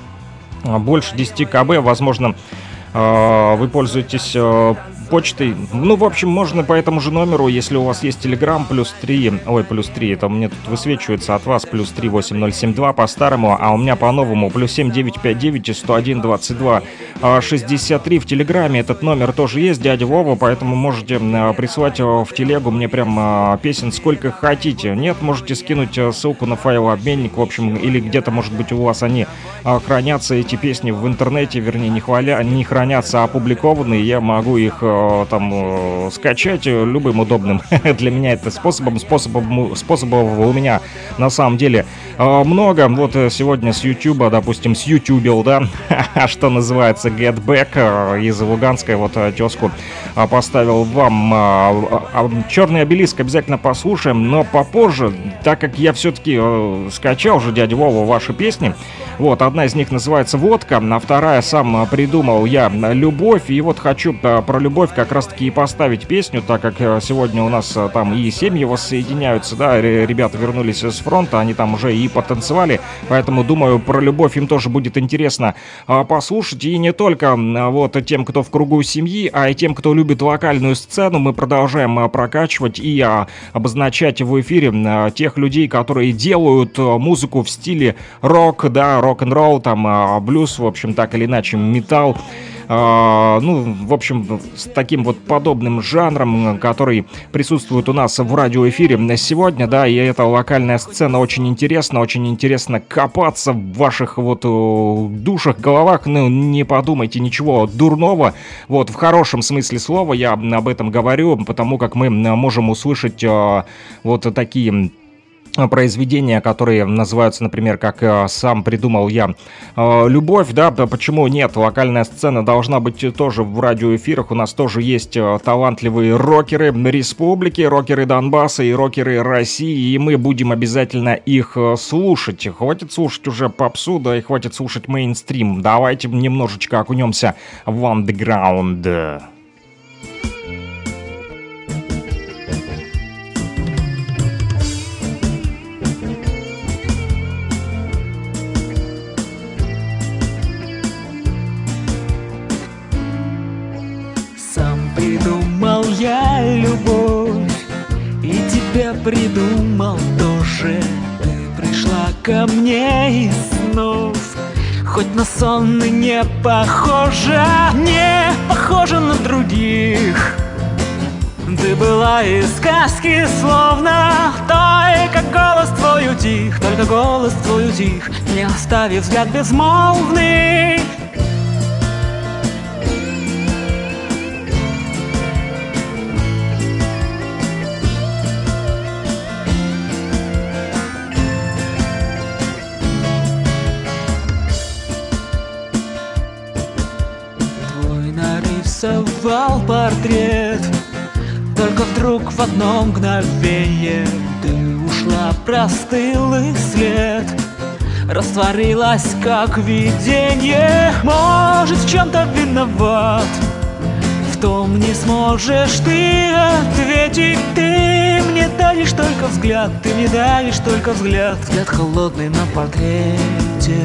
больше десять килобайт, возможно, вы пользуетесь почтой. Ну, в общем, можно по этому же номеру, если у вас есть Телеграм, плюс три, ой, плюс три, это мне тут высвечивается от вас, плюс три восемь ноль семь два по старому, а у меня по новому, плюс семь девятьсот пятьдесят девять сто один двадцать два шестьдесят три. В Телеграме этот номер тоже есть, дядя Вова, поэтому можете присылать в телегу мне прям песен сколько хотите. Нет, можете скинуть ссылку на файлообменник, в общем, или где-то, может быть, у вас они хранятся, эти песни в интернете, вернее, не, хваля, не хранятся, а опубликованные, я могу их там скачать любым удобным для меня это способом. Способом, способов у меня на самом деле много. Вот сегодня с Ютуба, допустим, с ютубил, да, что называется, Get Back из Луганской, вот тезку поставил вам. Черный обелиск обязательно послушаем, но попозже, так как я все-таки скачал уже, дядя Вова, ваши песни. Вот, одна из них называется «Водка», а вторая сам придумал я «Любовь». И вот хочу про любовь как раз-таки и поставить песню, так как сегодня у нас там и семьи воссоединяются, да, ребята вернулись с фронта, они там уже и потанцевали, поэтому, думаю, про любовь им тоже будет интересно послушать. И не только вот тем, кто в кругу семьи, а и тем, кто любит локальную сцену, мы продолжаем прокачивать и обозначать в эфире тех людей, которые делают музыку в стиле рок, да, рок-н-ролл, там, блюз, в общем, так или иначе, металл. Uh, ну, в общем, с таким вот подобным жанром, который присутствует у нас в радиоэфире сегодня, да, и эта локальная сцена очень интересна, очень интересно копаться в ваших вот душах, головах, ну, не подумайте ничего дурного, вот, в хорошем смысле слова я об этом говорю, потому как мы можем услышать uh, вот такие произведения, которые называются, например, как э, сам придумал я, э, «Любовь», да, почему нет, локальная сцена должна быть тоже в радиоэфирах, у нас тоже есть э, талантливые рокеры республики, рокеры Донбасса и рокеры России, и мы будем обязательно их э, слушать. Хватит слушать уже попсу, да, и хватит слушать мейнстрим, давайте немножечко окунемся в андеграунд. я придумал тоже. Ты пришла ко мне из снов, хоть на сон и не похожа, не похожа на других. Ты была из сказки, словно той, как голос твой утих, только голос твой утих, не оставив взгляд безмолвный. Твой нарисовал портрет, только вдруг в одно мгновенье ты ушла, простыл и след, растворилась, как видение. Может, в чем-то виноват, в том не сможешь ты ответить. Ты мне даришь только взгляд, ты мне даришь только взгляд, взгляд холодный на портрете.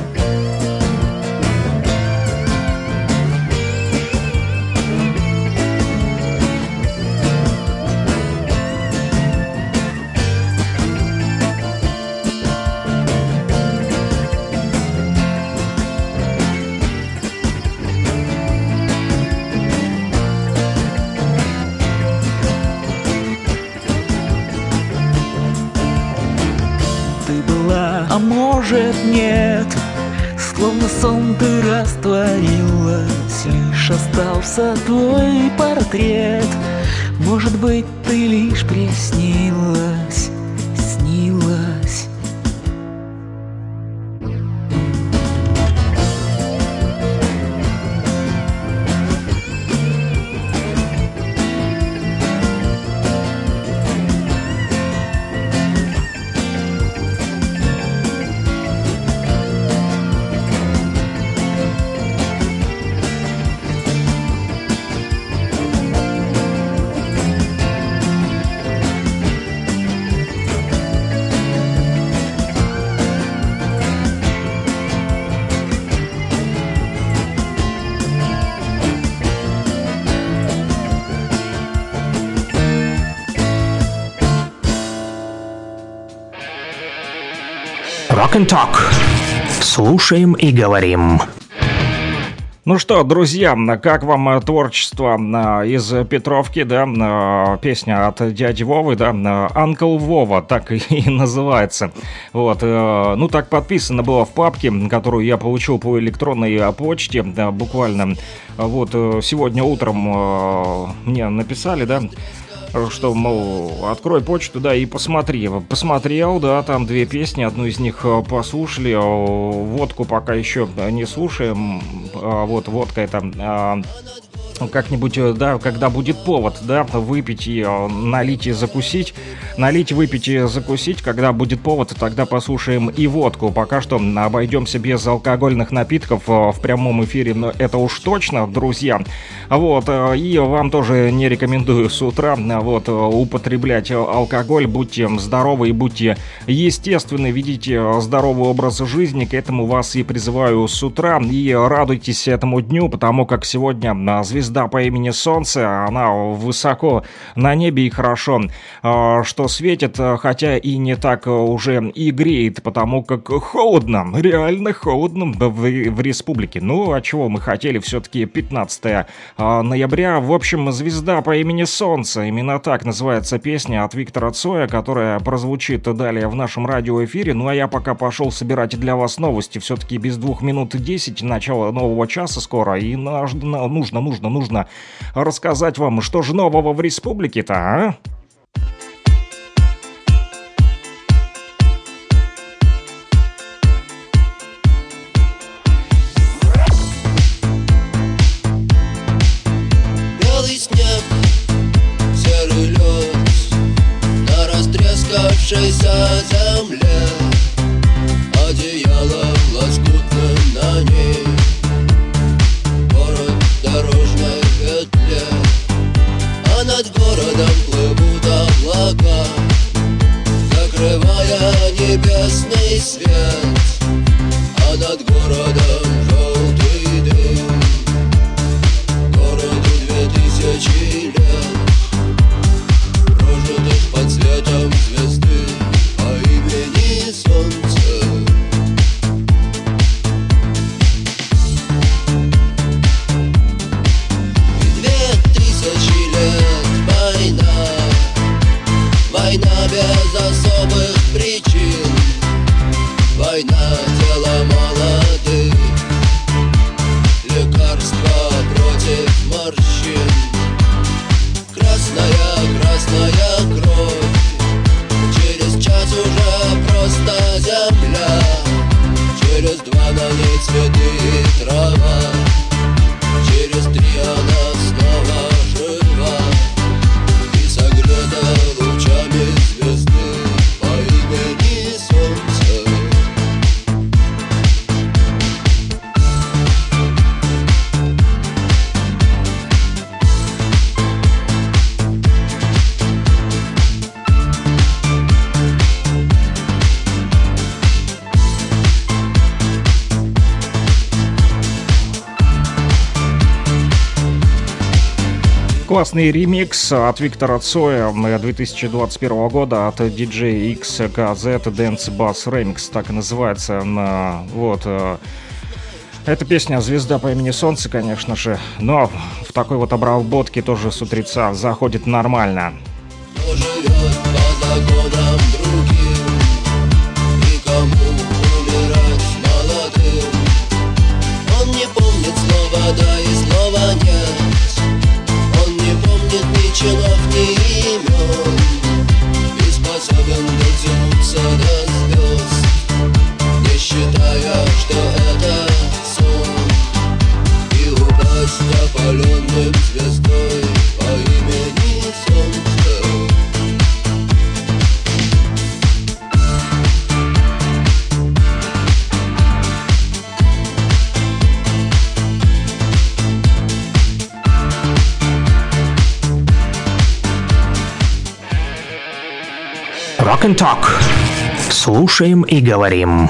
А может нет, словно сон ты растворилась, лишь остался твой портрет. Может быть, ты лишь приснилась, снилась. Rock and Talk. Слушаем и говорим. Ну что, друзья, как вам творчество из Петровки, да, песня от дяди Вовы, да, Uncle Вова, так и называется. Вот, ну так подписано было в папке, которую я получил по электронной почте, да, буквально. Вот, сегодня утром мне написали, да, что, мол, открой почту, да, и посмотри. Посмотрел, да, там две песни, одну из них послушали, водку пока еще не слушаем, вот, водка это... как-нибудь, да, когда будет повод, да, выпить и налить и закусить. Налить, выпить и закусить, когда будет повод, тогда послушаем и водку. Пока что обойдемся без алкогольных напитков в прямом эфире, но это уж точно, друзья. Вот, и вам тоже не рекомендую с утра, вот, употреблять алкоголь. Будьте здоровы и будьте естественны, ведите здоровый образ жизни. К этому вас и призываю с утра. И радуйтесь этому дню, потому как сегодня звезда по имени Солнце, она высоко на небе и хорошо, что светит, хотя и не так уже и греет, потому как холодно, реально холодно в, в республике. Ну, а чего мы хотели, все-таки пятнадцатое ноября. В общем, звезда по имени Солнце, именно так называется песня от Виктора Цоя, которая прозвучит далее в нашем радиоэфире. Ну, а я пока пошел собирать для вас новости, все-таки без двух минут десять, начало нового часа скоро, и нужно, нужно, нужно, нужно Нужно рассказать вам, что же нового в республике-то, а? Белый снег, серый лед на растрескавшейся земле, одеяло лоскутным на ней. Дорожной петле, а над городом плывут Классный ремикс от Виктора Цоя две тысячи двадцать первого года от ди джей икс кей зет Dance Bass Remix, так и называется. Вот. Эта песня «Звезда по имени Солнце», конечно же, но в такой вот обработке тоже с утреца заходит нормально. Кто живет по законам другим, и кому умирать молодым. Он не помнит слова «да» и слова «нет». Он не помнит ни чинов, ни имен, и способен дотянуться до звезд, не считая, что это сон, и упасть опаленным звездой по имени Солнце. Rock and Talk. Слушаем и говорим.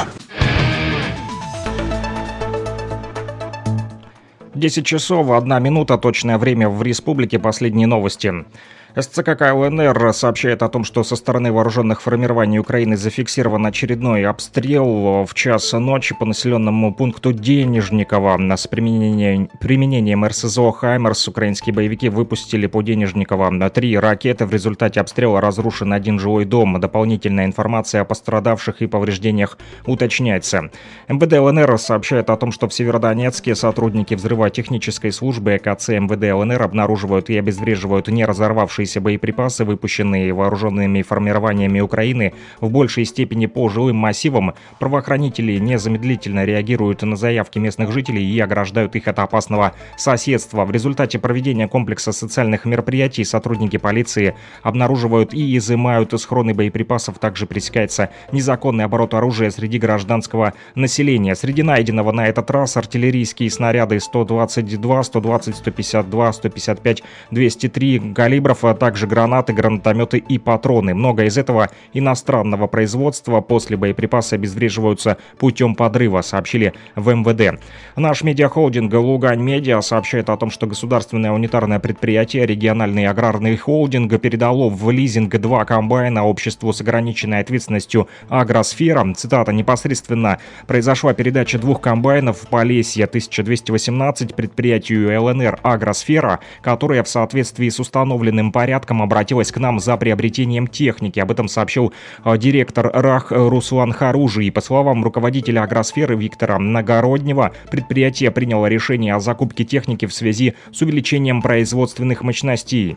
десять часов, одна минута, точное время в республике. Последние новости. эс цэ ка ка эл эн эр сообщает о том, что со стороны вооруженных формирований Украины зафиксирован очередной обстрел в час ночи по населенному пункту Денежниково. С применением, применением эр эс зэ о «Хаймерс» украинские боевики выпустили по Денежниково три ракеты. В результате обстрела разрушен один жилой дом. Дополнительная информация о пострадавших и повреждениях уточняется. эм вэ дэ эл эн эр сообщает о том, что в Северодонецке сотрудники взрывотехнической службы э ка цэ эм вэ дэ эл эн эр обнаруживают и обезвреживают не разорвавшиеся боеприпасы, выпущенные вооруженными формированиями Украины, в большей степени по жилым массивам. Правоохранители незамедлительно реагируют на заявки местных жителей и ограждают их от опасного соседства. В результате проведения комплекса социальных мероприятий сотрудники полиции обнаруживают и изымают схроны боеприпасов. Также пресекается незаконный оборот оружия среди гражданского населения. Среди найденного на этот раз артиллерийские снаряды сто двадцать два, сто двадцать, сто пятьдесят два, сто пятьдесят пять, двести три калибров, а также гранаты, гранатометы и патроны. Много из этого иностранного производства. После боеприпасы обезвреживаются путем подрыва, сообщили в эм вэ дэ. Наш медиахолдинг «Лугань Медиа» сообщает о том, что государственное унитарное предприятие «Региональный аграрный холдинг» передало в лизинг два комбайна обществу с ограниченной ответственностью «Агросфера». Цитата: «Непосредственно произошла передача двух комбайнов в Полесье тысяча двести восемнадцать предприятию эл эн эр «Агросфера», которое в соответствии с установленным порядком обратилась к нам за приобретением техники». Об этом сообщил э, директор РАХ Руслан Харужи. И по словам руководителя «Агросферы» Виктора Нагороднева, предприятие приняло решение о закупке техники в связи с увеличением производственных мощностей.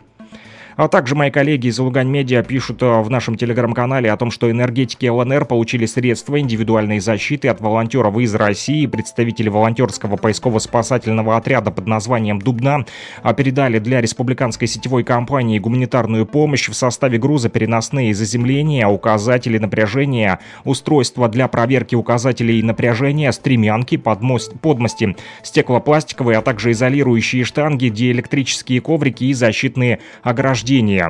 А также мои коллеги из Лугань Медиа пишут в нашем телеграм-канале о том, что энергетики эл эн эр получили средства индивидуальной защиты от волонтеров из России. Представители волонтерского поисково-спасательного отряда под названием «Дубна» передали для республиканской сетевой компании гуманитарную помощь в составе груза: переносные заземления, указатели напряжения, устройства для проверки указателей напряжения, стремянки, подмост, подмости стеклопластиковые, а также изолирующие штанги, диэлектрические коврики и защитные ограждения.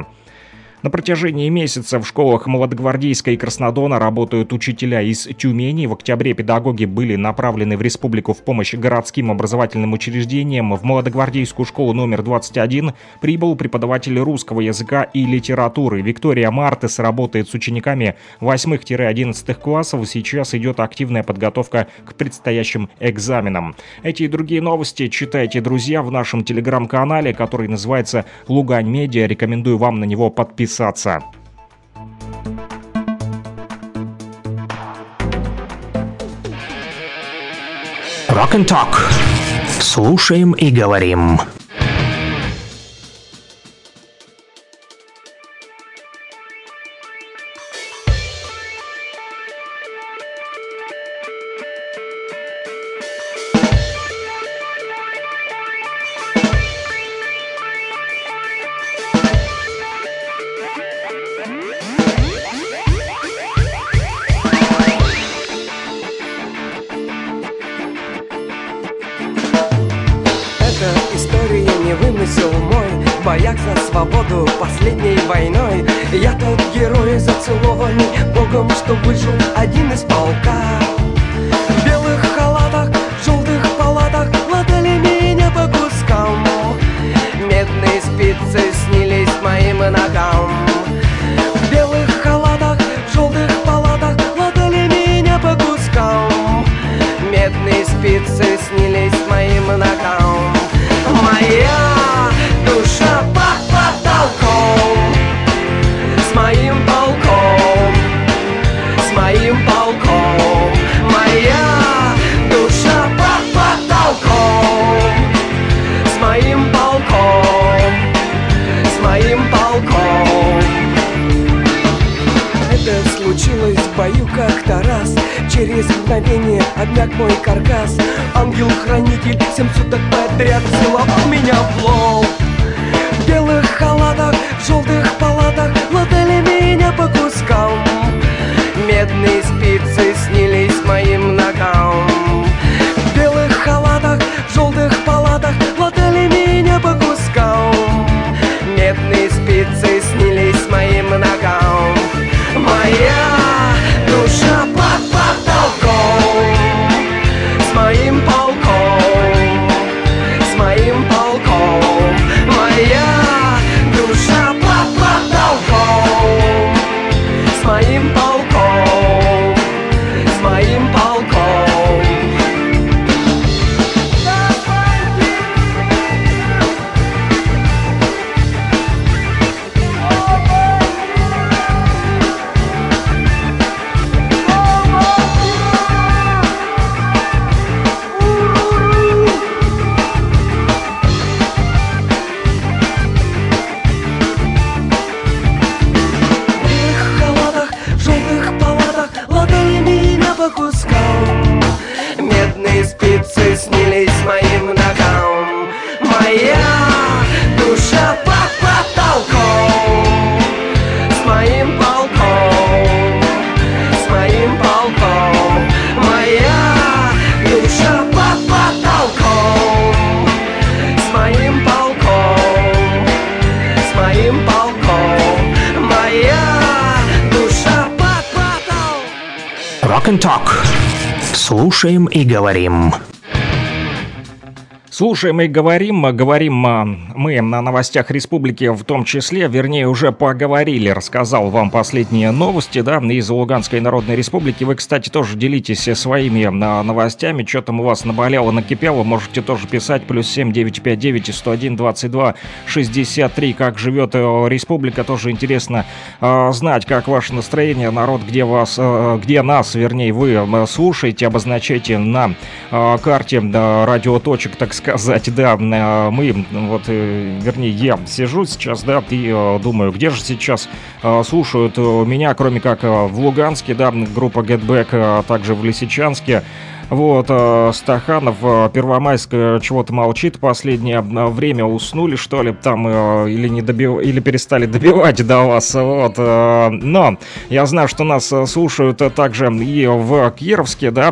На протяжении месяца в школах Молодогвардейска и Краснодона работают учителя из Тюмени. В октябре педагоги были направлены в республику в помощь городским образовательным учреждениям. В Молодогвардейскую школу номер двадцать один прибыл преподаватель русского языка и литературы. Виктория Мартес работает с учениками восьмых-одиннадцатых классов. Сейчас идет активная подготовка к предстоящим экзаменам. Эти и другие новости читайте, друзья, в нашем телеграм-канале, который называется «Лугань Медиа». Рекомендую вам на него подписаться. Rock and Talk. Слушаем и говорим. боях за свободу последней войной. Я тот герой, зацелованный Богом, что выжил один из полка. В белых халатах, в желтых палатах латали меня по кускам. Медные спицы Моя душа под потолком, с моим полком, с моим полком. Моя душа под потолком, с моим полком, с моим полком. Это случилось в бою как-то раз. Через мгновение обмяк мой каркас. Ангел-хранитель семь суток подряд целовал меня в лоб. В белых халатах, в желтых палатах латали меня по кускам. Медные спицы снились моим ногам. В белых халатах, в желтых палатах латали меня по кускам. Медные спицы снились моим ногам. Моя душа под потолком, с моим полком, с моим полком. Моя душа под потолком, с моим полком, с моим полком. Медные спицы снились моим ногам. Моя душа под потолком, с моим полком, с моим полком. Моя душа под потолком, с моим полком, с моим полком. Моя душа под потолком. Rock and Talk. Слушаем и говорим. Слушаем и говорим, говорим мы на новостях республики в том числе, вернее уже поговорили, рассказал вам последние новости, да, из Луганской Народной Республики. Вы, кстати, тоже делитесь своими новостями, что там у вас наболело, накипело, можете тоже писать, плюс семь девятьсот пятьдесят девять сто один двадцать два шестьдесят три, как живет республика, тоже интересно э, знать, как ваше настроение, народ, где вас, э, где нас, вернее, вы слушаете, обозначайте на э, карте э, радиоточек, так сказать. Сказать, да, мы, вот, вернее, я сижу сейчас, да, и думаю, где же сейчас слушают меня, кроме как в Луганске, да, группа Get Back, а также в Лисичанске. Вот, Стаханов, Первомайск чего-то молчит последнее время, уснули, что ли, там, или не добив... или перестали добивать до вас, вот, но я знаю, что нас слушают также и в Кировске, да,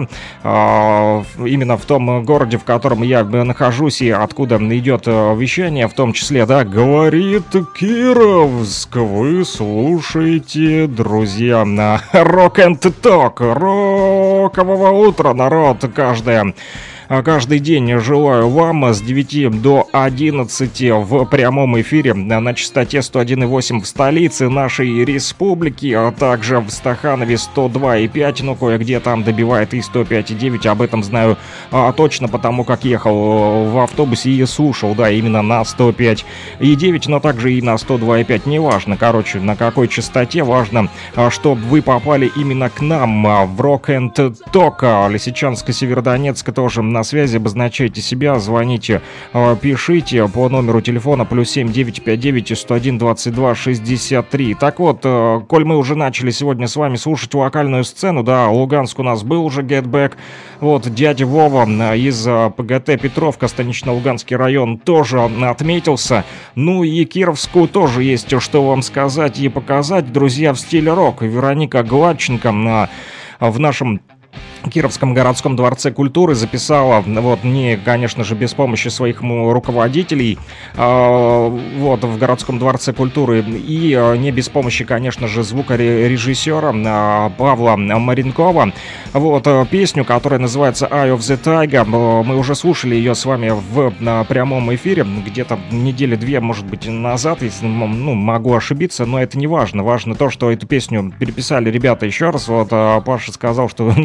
именно в том городе, в котором я нахожусь и откуда идет вещание, в том числе, да, говорит Кировск, вы слушаете, друзья, на Rock and Talk, рокового утра, народ. Каждое Каждый день желаю вам с девяти до одиннадцати в прямом эфире на частоте сто один и восемь в столице нашей республики, а также в Стаханове сто два и пять, ну кое-где там добивает и сто пять и девять, об этом знаю а, точно, потому как ехал в автобусе и слушал, да, именно на сто пять и девять, но также и на сто два и пять, неважно, короче, на какой частоте, важно, чтобы вы попали именно к нам в Rock and Talk. Лисичанск, Северодонецк тоже на связи, обозначайте себя, звоните, пишите по номеру телефона плюс семь девятьсот пятьдесят девять сто один двадцать два шестьдесят три. Так вот, коль мы уже начали сегодня с вами слушать локальную сцену, да, Луганск у нас был уже Get Back, вот, дядя Вова из ПГТ Петровка, Станично-Луганский район, тоже отметился, ну и Кировску тоже есть что вам сказать и показать, друзья, в стиле рок. Вероника Гладченко на, в нашем Кировском городском дворце культуры записала, вот, не, конечно же, без помощи своих руководителей, э, вот, в городском дворце культуры, и э, не без помощи, конечно же, звукорежиссера э, Павла Маренкова, вот, э, песню, которая называется Eye of the Tiger. Э, мы уже слушали ее с вами в э, прямом эфире, где-то недели две, может быть, назад, если, ну, могу ошибиться, но это не важно, важно то, что эту песню переписали ребята еще раз, вот, э, Паша сказал, что не особо ему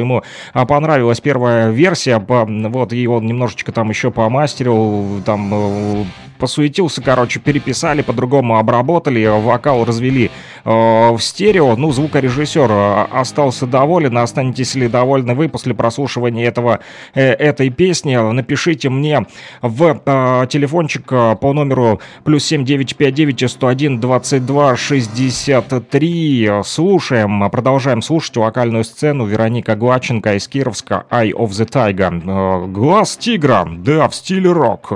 ему понравилась первая версия, вот, и он немножечко там еще помастерил, там посуетился, короче, переписали, по-другому обработали, вокал развели э, в стерео. Ну, звукорежиссер остался доволен. Останетесь ли довольны вы после прослушивания этого, э, этой песни? Напишите мне в э, телефончик по номеру плюс семь девять пять девять сто один двадцать два шестьдесят три. Слушаем, продолжаем слушать вокальную сцену. Вероника Гладченко из Кировска, Eye of the Tiger. Э, Глаз тигра, да, в стиле рок.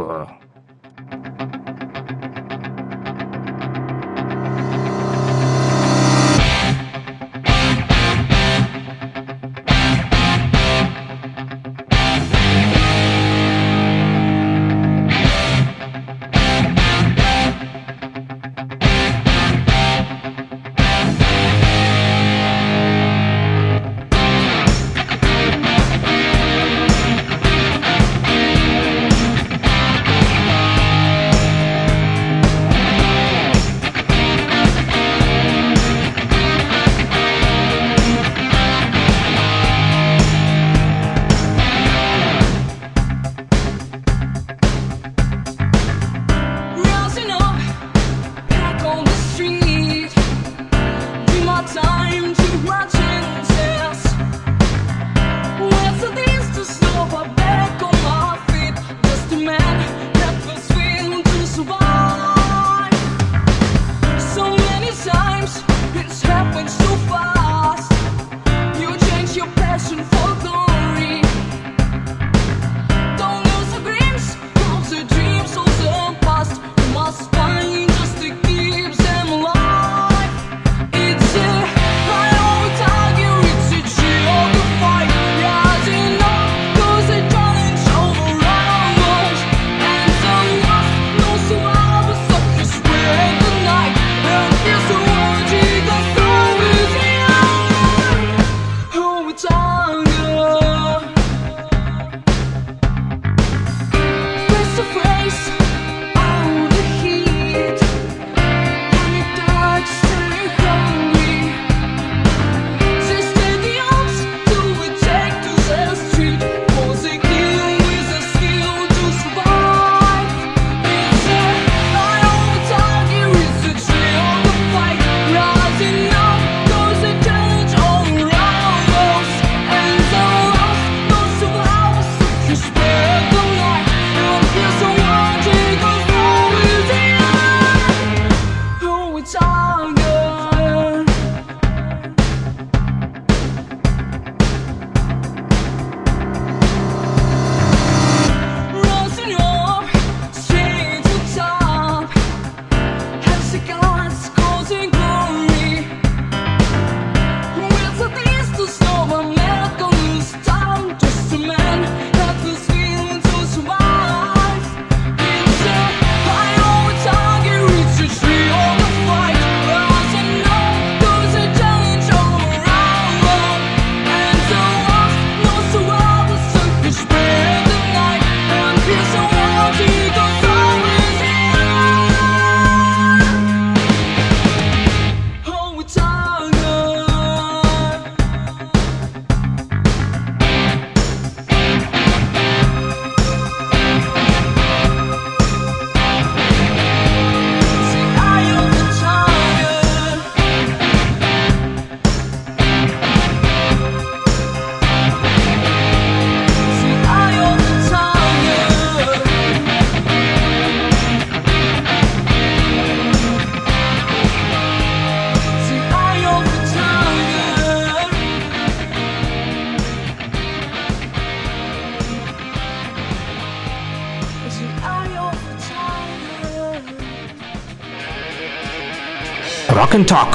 Rock and Talk.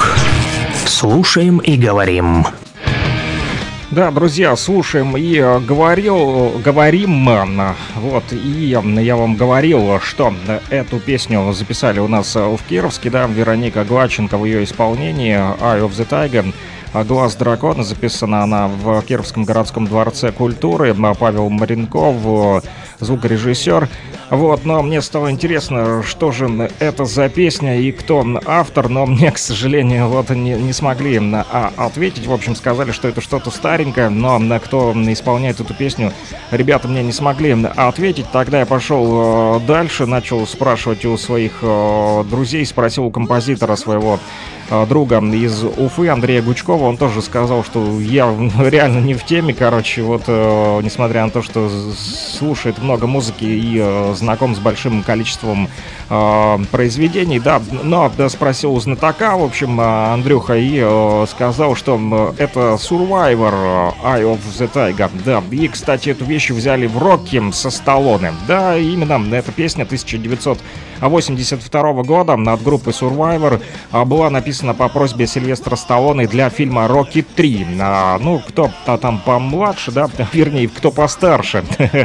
Слушаем и говорим. Да, друзья, слушаем и говорил, говорим, вот, и я вам говорил, что эту песню записали у нас в Кировске, да, Вероника Гладченко в ее исполнении, Eye of the Tiger, «Глаз дракона», записана она в Кировском городском дворце культуры, Павел Маренков, звукорежиссер. Вот, но мне стало интересно, что же это за песня и кто автор, но мне, к сожалению, вот не, не смогли а, ответить. В общем, сказали, что это что-то старенькое, но кто исполняет эту песню, ребята мне не смогли ответить. Тогда я пошел дальше, начал спрашивать у своих друзей, спросил у композитора своего друга из Уфы, Андрея Гучкова. Он тоже сказал, что я реально не в теме, короче, вот, э, несмотря на то, что слушает много музыки и э, знаком с большим количеством э, произведений, да, но да, спросил у знатока, в общем, э, Андрюха, и э, сказал, что э, это Survivor, Eye of the Tiger, да, и, кстати, эту вещь взяли в Рокки со Сталлоне, да, именно эта песня тысяча девятьсот восемьдесят второго года от группы Survivor была написана по просьбе Сильвестра Сталлоне для фильма «Рокки три». А, ну, кто-то там помладше, да, вернее, кто постарше,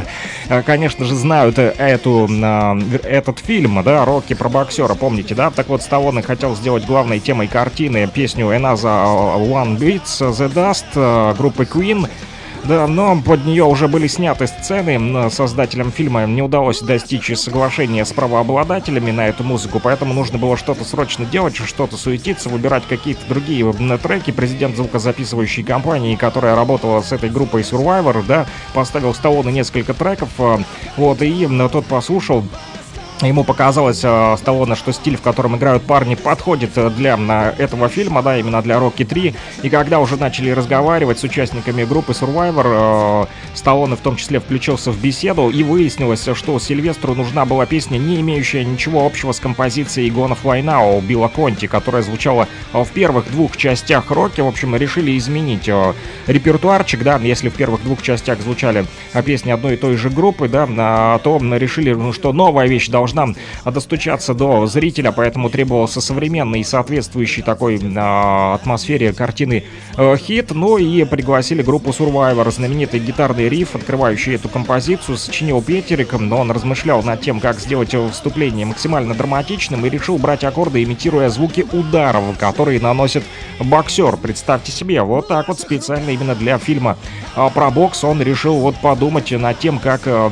конечно же, знают эту, этот фильм, да, «Рокки» про боксера, помните, да? Так вот, Сталлоне хотел сделать главной темой картины песню «Another One Bites the Dust» группы Queen. Да, но под нее уже были сняты сцены, создателям фильма не удалось достичь соглашения с правообладателями на эту музыку, поэтому нужно было что-то срочно делать, что-то суетиться, выбирать какие-то другие треки. Президент звукозаписывающей компании, которая работала с этой группой Survivor, да, поставил Сталлоне несколько треков, вот, и тот послушал. Ему показалось, э, Сталлоне, что стиль, в котором играют парни, подходит для э, этого фильма, да, именно для «Рокки три». И когда уже начали разговаривать с участниками группы Survivor, э, Сталлоне в том числе включился в беседу, и выяснилось, что Сильвестру нужна была песня, не имеющая ничего общего с композицией «Gonna Fly Now» Билла Конти, которая звучала в первых двух частях «Рокки». В общем, решили изменить э, репертуарчик, да, если в первых двух частях звучали э, песни одной и той же группы, да, э, то решили, ну, что новая вещь должна должна достучаться до зрителя, поэтому требовался современный и соответствующий такой э, атмосфере картины э, хит. Ну и пригласили группу Survivor. Знаменитый гитарный риф, открывающий эту композицию, сочинил Петерик, но он размышлял над тем, как сделать вступление максимально драматичным, и решил брать аккорды, имитируя звуки ударов, которые наносит боксер. Представьте себе, вот так вот специально именно для фильма э, про бокс он решил вот подумать над тем, как э,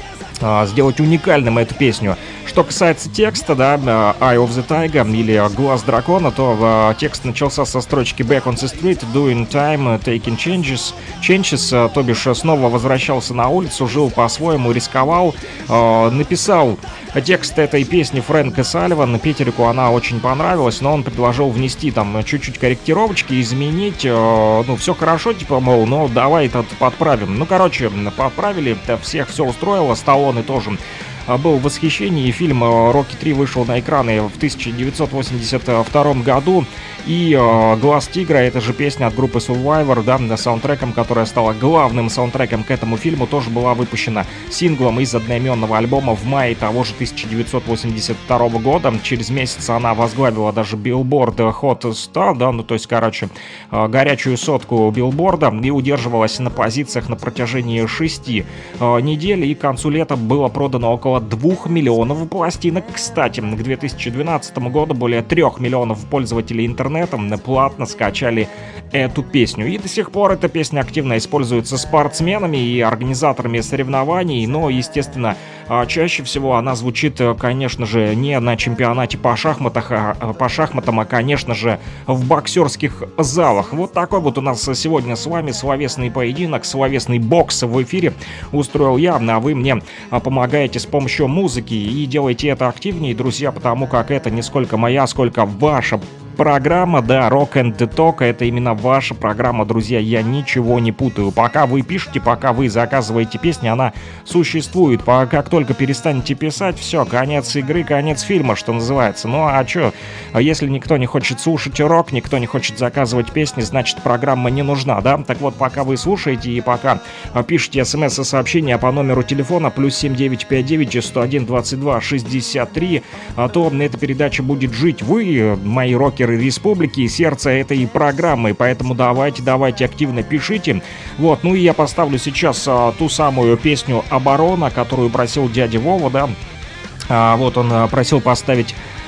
сделать уникальным эту песню. Что касается текста, да, Eye of the Tiger или Глаз дракона, то uh, текст начался со строчки Back on the street, doing time, taking changes, changes, то бишь снова возвращался на улицу, жил по-своему, рисковал, uh, написал текст этой песни Фрэнк Салливан. Петерику она очень понравилась, но он предложил внести там чуть-чуть корректировочки, изменить, uh, ну, все хорошо, типа, мол, ну, давай это подправим. Ну, короче, подправили, всех все устроило, Сталлоне тоже был в восхищении. Фильм «Рокки три» вышел на экраны в тысяча девятьсот восемьдесят втором году. И э, «Глаз тигра» — это же песня от группы Survivor, да, саундтреком, которая стала главным саундтреком к этому фильму, тоже была выпущена синглом из одноименного альбома в мае того же тысяча девятьсот восемьдесят второго года. Через месяц она возглавила даже Billboard Hot сто, да, ну то есть, короче, э, горячую сотку Билборда, и удерживалась на позициях на протяжении шести э, недель, и к концу лета было продано около двух миллионов пластинок. Кстати, к две тысячи двенадцатому году более трех миллионов пользователей интернета платно скачали эту песню. И до сих пор эта песня активно используется спортсменами и организаторами соревнований, но, естественно, чаще всего она звучит, конечно же, не на чемпионате по шахматах, а, по шахматам, а, конечно же, в боксерских залах. Вот такой вот у нас сегодня с вами словесный поединок, словесный бокс в эфире устроил я, а вы мне помогаете с помощью музыки, и делайте это активнее, друзья, потому как это не сколько моя, сколько ваша программа, да, Rock and Talk, это именно ваша программа, друзья, я ничего не путаю. Пока вы пишете, пока вы заказываете песни, она существует. Как только перестанете писать, все, конец игры, конец фильма, что называется. Ну а что, если никто не хочет слушать рок, никто не хочет заказывать песни, значит программа не нужна, да? Так вот, пока вы слушаете и пока пишете смс и сообщения по номеру телефона плюс семь девять пять девять сто один двадцать два шестьдесят три, то эта передача будет жить. Вы, мои рокеры республики, сердце этой программы, поэтому давайте, давайте активно пишите. Вот, ну и я поставлю сейчас а, ту самую песню «Оборона», которую просил дядя Вова, да. А, вот он а, просил поставить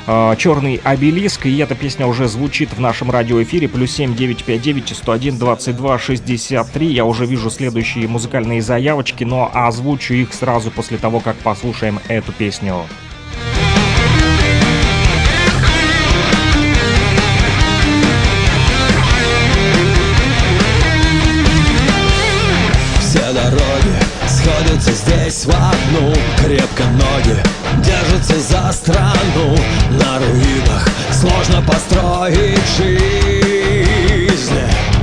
«Черный обелиск». И эта песня уже звучит в нашем радиоэфире. Плюс семь девять пять девять сто один двадцать два шестьдесят три. Я уже вижу следующие музыкальные заявочки, но озвучу их сразу после того, как послушаем эту песню. Все дороги сходятся здесь в одну. Крепко ноги держатся за страну. На руинах сложно построить жизнь.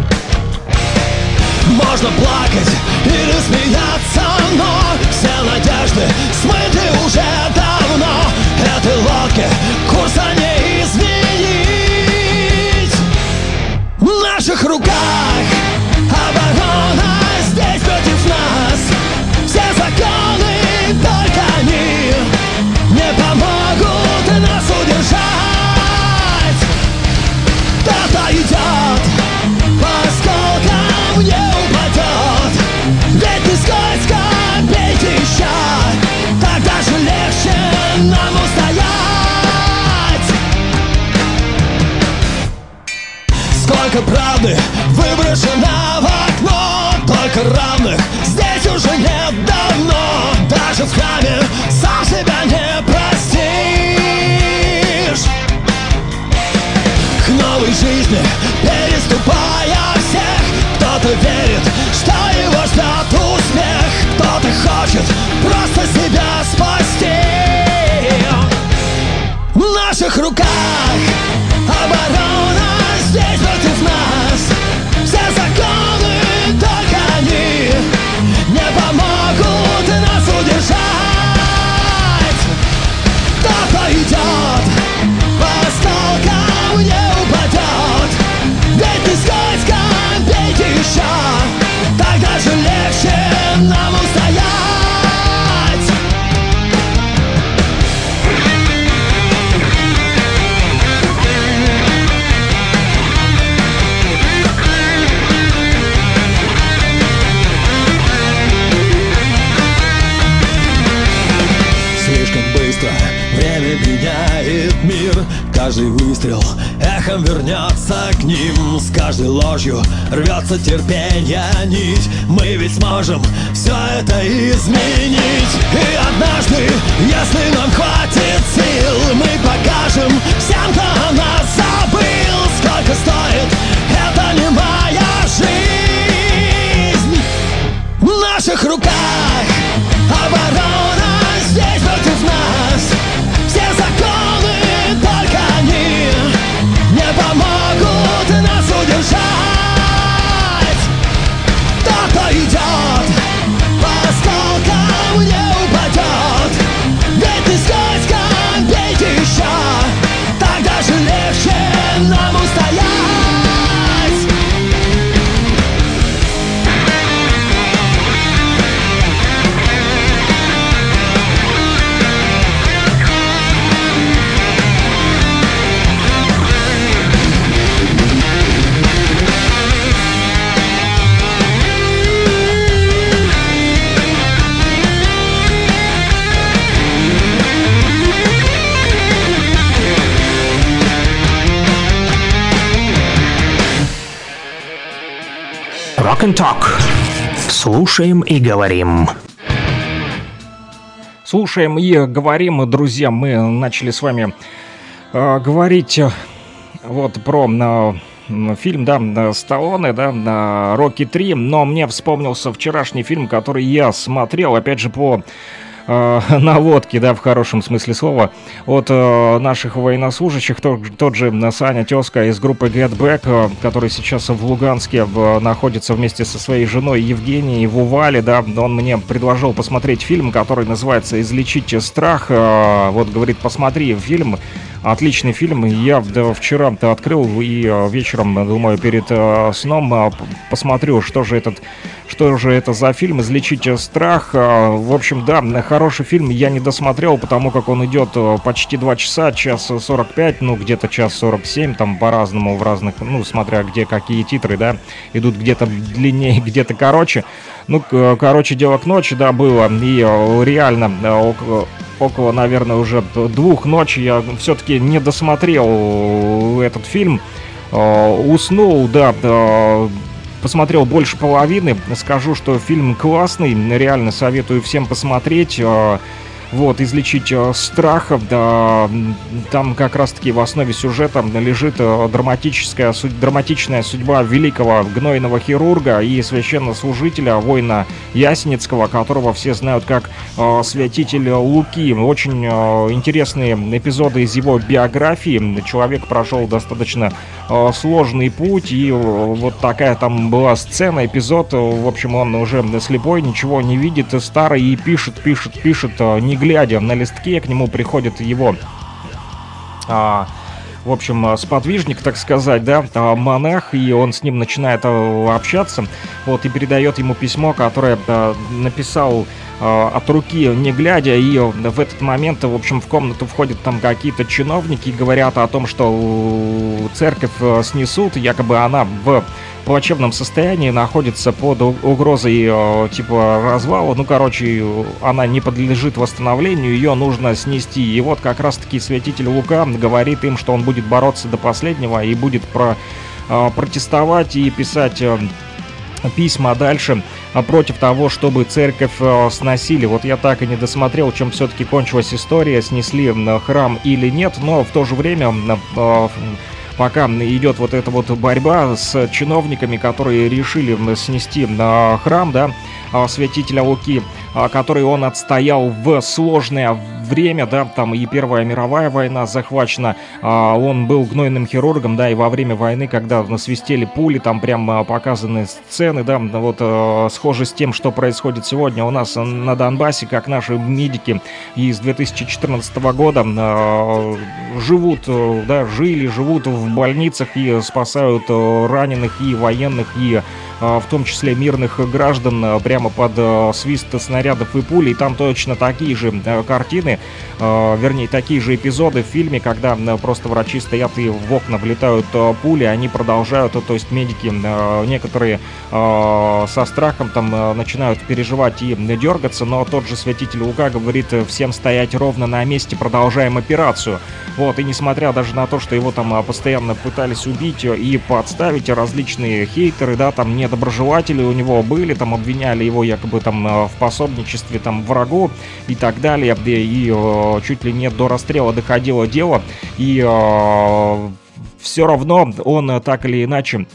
Можно плакать или смеяться, но все надежды смыты уже давно. Этой лодке курса не изменить. В наших руках оборона здесь против нас. Все законы, только они не помогут нас удержать. Кто-то идет по осколкам, не упадет. Ведь не скользко, бейте еще, тогда же легче нам устоять. Сколько правды выброшено в окно, только равных здесь уже нет давно. Даже в храме сам себя не простишь. К новой жизни переступая всех, кто-то верит, что его ждет успех. Кто-то хочет просто себя спасти. В наших руках оборона здесь против нас. Все законы, только они не помогут нас удержать. Кто-то идет по осколкам, не упадет. Ведь не скользко, бейте еще, тогда же легче нам устоять. Время меняет мир. Каждый выстрел эхом вернется к ним. С каждой ложью рвется терпение нить. Мы ведь сможем все это изменить. И однажды, если нам хватит сил, мы покажем всем, кто о нас забыл. Сколько стоит эта немая жизнь. В наших руках оборона здесь против нас. Все законы, только они не помогут нас удержать. Кто-то идет по осколкам, не упадет. Ведь не скользко, бейте еще, тогда же легче нам устоять. Rock and Talk. Слушаем и говорим. Слушаем и говорим, друзья. Мы начали с вами э, говорить э, вот про э, фильм, да, Сталлоне, да, «Рокки три», но мне вспомнился вчерашний фильм, который я смотрел, опять же, по э, наводке, да, в хорошем смысле слова, от э, наших военнослужащих. Тот, тот же Саня Тезка из группы Get Back, э, который сейчас в Луганске э, находится вместе со своей женой Евгенией в Увале, да, он мне предложил посмотреть фильм, который называется «Излечить страх». Э, вот, говорит, посмотри фильм. Отличный фильм. Я да, вчера-то открыл и э, вечером, думаю, перед э, сном э, посмотрю, что же, этот, что же это за фильм «Излечить страх». Э, в общем, да, хороший фильм. Я не досмотрел, потому как он идет э, почти два часа, час сорок пять, ну, где-то час сорок семь, там по-разному, в разных, ну, смотря где какие титры, да, идут где-то длиннее, где-то короче. Ну, короче, дело к ночи, да, было. И э, реально э, около... около, наверное, уже двух ночи я все-таки не досмотрел этот фильм. Уснул, да, посмотрел больше половины. Скажу, что фильм классный, реально советую всем посмотреть. Вот, излечить э, страх, да, там как раз-таки в основе сюжета лежит э, драматическая, су- драматичная судьба великого гнойного хирурга и священнослужителя, воина Ясенецкого, которого все знают как э, святитель Луки. Очень э, интересные эпизоды из его биографии. Человек прошел достаточно э, сложный путь, и э, вот такая там была сцена, эпизод. В общем, он уже слепой, ничего не видит, старый, и пишет, пишет, пишет, э, не глядя на листке, к нему приходит его, а, в общем, сподвижник, так сказать, да, а, монах, и он с ним начинает а, общаться, вот, и передает ему письмо, которое а, написал а, от руки, не глядя, и в этот момент, в общем, в комнату входят там какие-то чиновники и говорят о том, что церковь снесут, якобы она в плачевном состоянии, находится под угрозой э, типа развала. Ну, короче, она не подлежит восстановлению, ее нужно снести. И вот как раз-таки святитель Лука говорит им, что он будет бороться до последнего и будет про, э, протестовать и писать э, письма дальше э, против того, чтобы церковь э, сносили. Вот я так и не досмотрел, чем все-таки кончилась история, снесли э, храм или нет, но в то же время э, пока идет вот эта вот борьба с чиновниками, которые решили снести э, храм, да, э, святителя Луки, э, который он отстоял в сложное время, да, там и Первая мировая война захвачена, э, он был гнойным хирургом, да, и во время войны, когда насвистели пули, там прям э, показаны сцены, да, вот э, схожи с тем, что происходит сегодня у нас на Донбассе, как наши медики из две тысячи четырнадцатого года э, живут, э, да, жили, живут в в больницах и спасают раненых и военных, и в том числе мирных граждан прямо под свист снарядов и пуль. И там точно такие же картины, вернее, такие же эпизоды в фильме, когда просто врачи стоят и в окна влетают пули, они продолжают, то есть медики некоторые со страхом там начинают переживать и дергаться, но тот же святитель Лука говорит: всем стоять ровно на месте, продолжаем операцию. Вот, и несмотря даже на то, что его там постоянно пытались убить и подставить различные хейтеры, да, там недоброжелатели у него были, там обвиняли его якобы там в пособничестве там врагу и так далее, и, и чуть ли не до расстрела доходило дело, и э, все равно он так или иначе,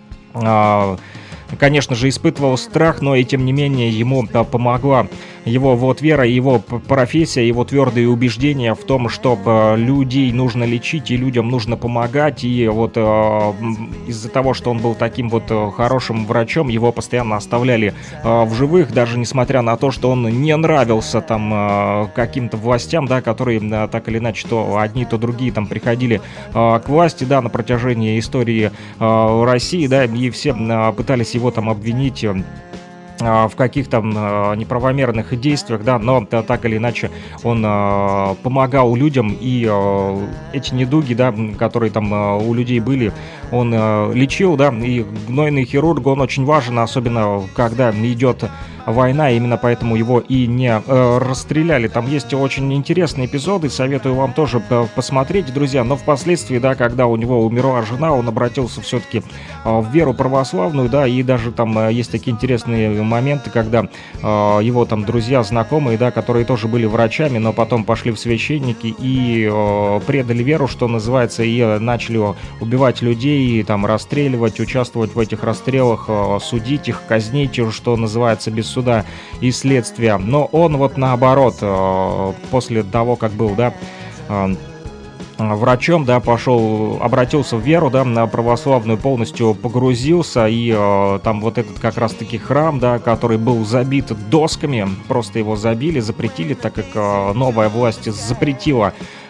э, конечно же, испытывал страх, но и тем не менее ему помогла его вот вера, его профессия, его твердые убеждения в том, что людей нужно лечить и людям нужно помогать. И вот э, из-за того, что он был таким вот хорошим врачом, его постоянно оставляли э, в живых, даже несмотря на то, что он не нравился там э, каким-то властям, да, которые э, так или иначе то одни, то другие там приходили э, к власти, да, на протяжении истории э, России, да, и все э, пытались его там обвинить э, в каких-то э, неправомерных действиях, да, но да, так или иначе он э, помогал людям, и э, эти недуги, да, которые там э, у людей были, он э, лечил, да, и гнойный хирург, он очень важен, особенно когда идет война, именно поэтому его и не э, расстреляли. Там есть очень интересные эпизоды, советую вам тоже э, посмотреть, друзья, но впоследствии, да, когда у него умерла жена, он обратился все-таки э, в веру православную, да, и даже там э, есть такие интересные моменты, когда э, его там друзья, знакомые, да, которые тоже были врачами, но потом пошли в священники и э, предали веру, что называется, и начали убивать людей, и, там расстреливать, участвовать в этих расстрелах, э, судить их, казнить, что называется, без суда и следствия. Но он вот наоборот, э, после того, как был, да, э, врачом, да, пошел, обратился в веру, да, на православную, полностью погрузился, и э, там вот этот как раз-таки храм, да, который был забит досками, просто его забили, запретили, так как э, новая власть запретила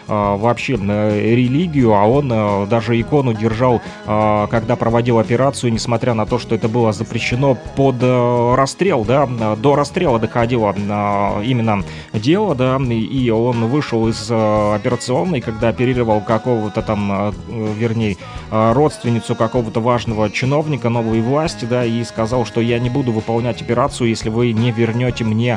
вообще религию, а он даже икону держал, когда проводил операцию, несмотря на то, что это было запрещено под расстрел, да, до расстрела доходило именно дело, да, и он вышел из операционной, когда оперировал какого-то там, вернее, родственницу какого-то важного чиновника новой власти, да, и сказал, что я не буду выполнять операцию, если вы не вернете мне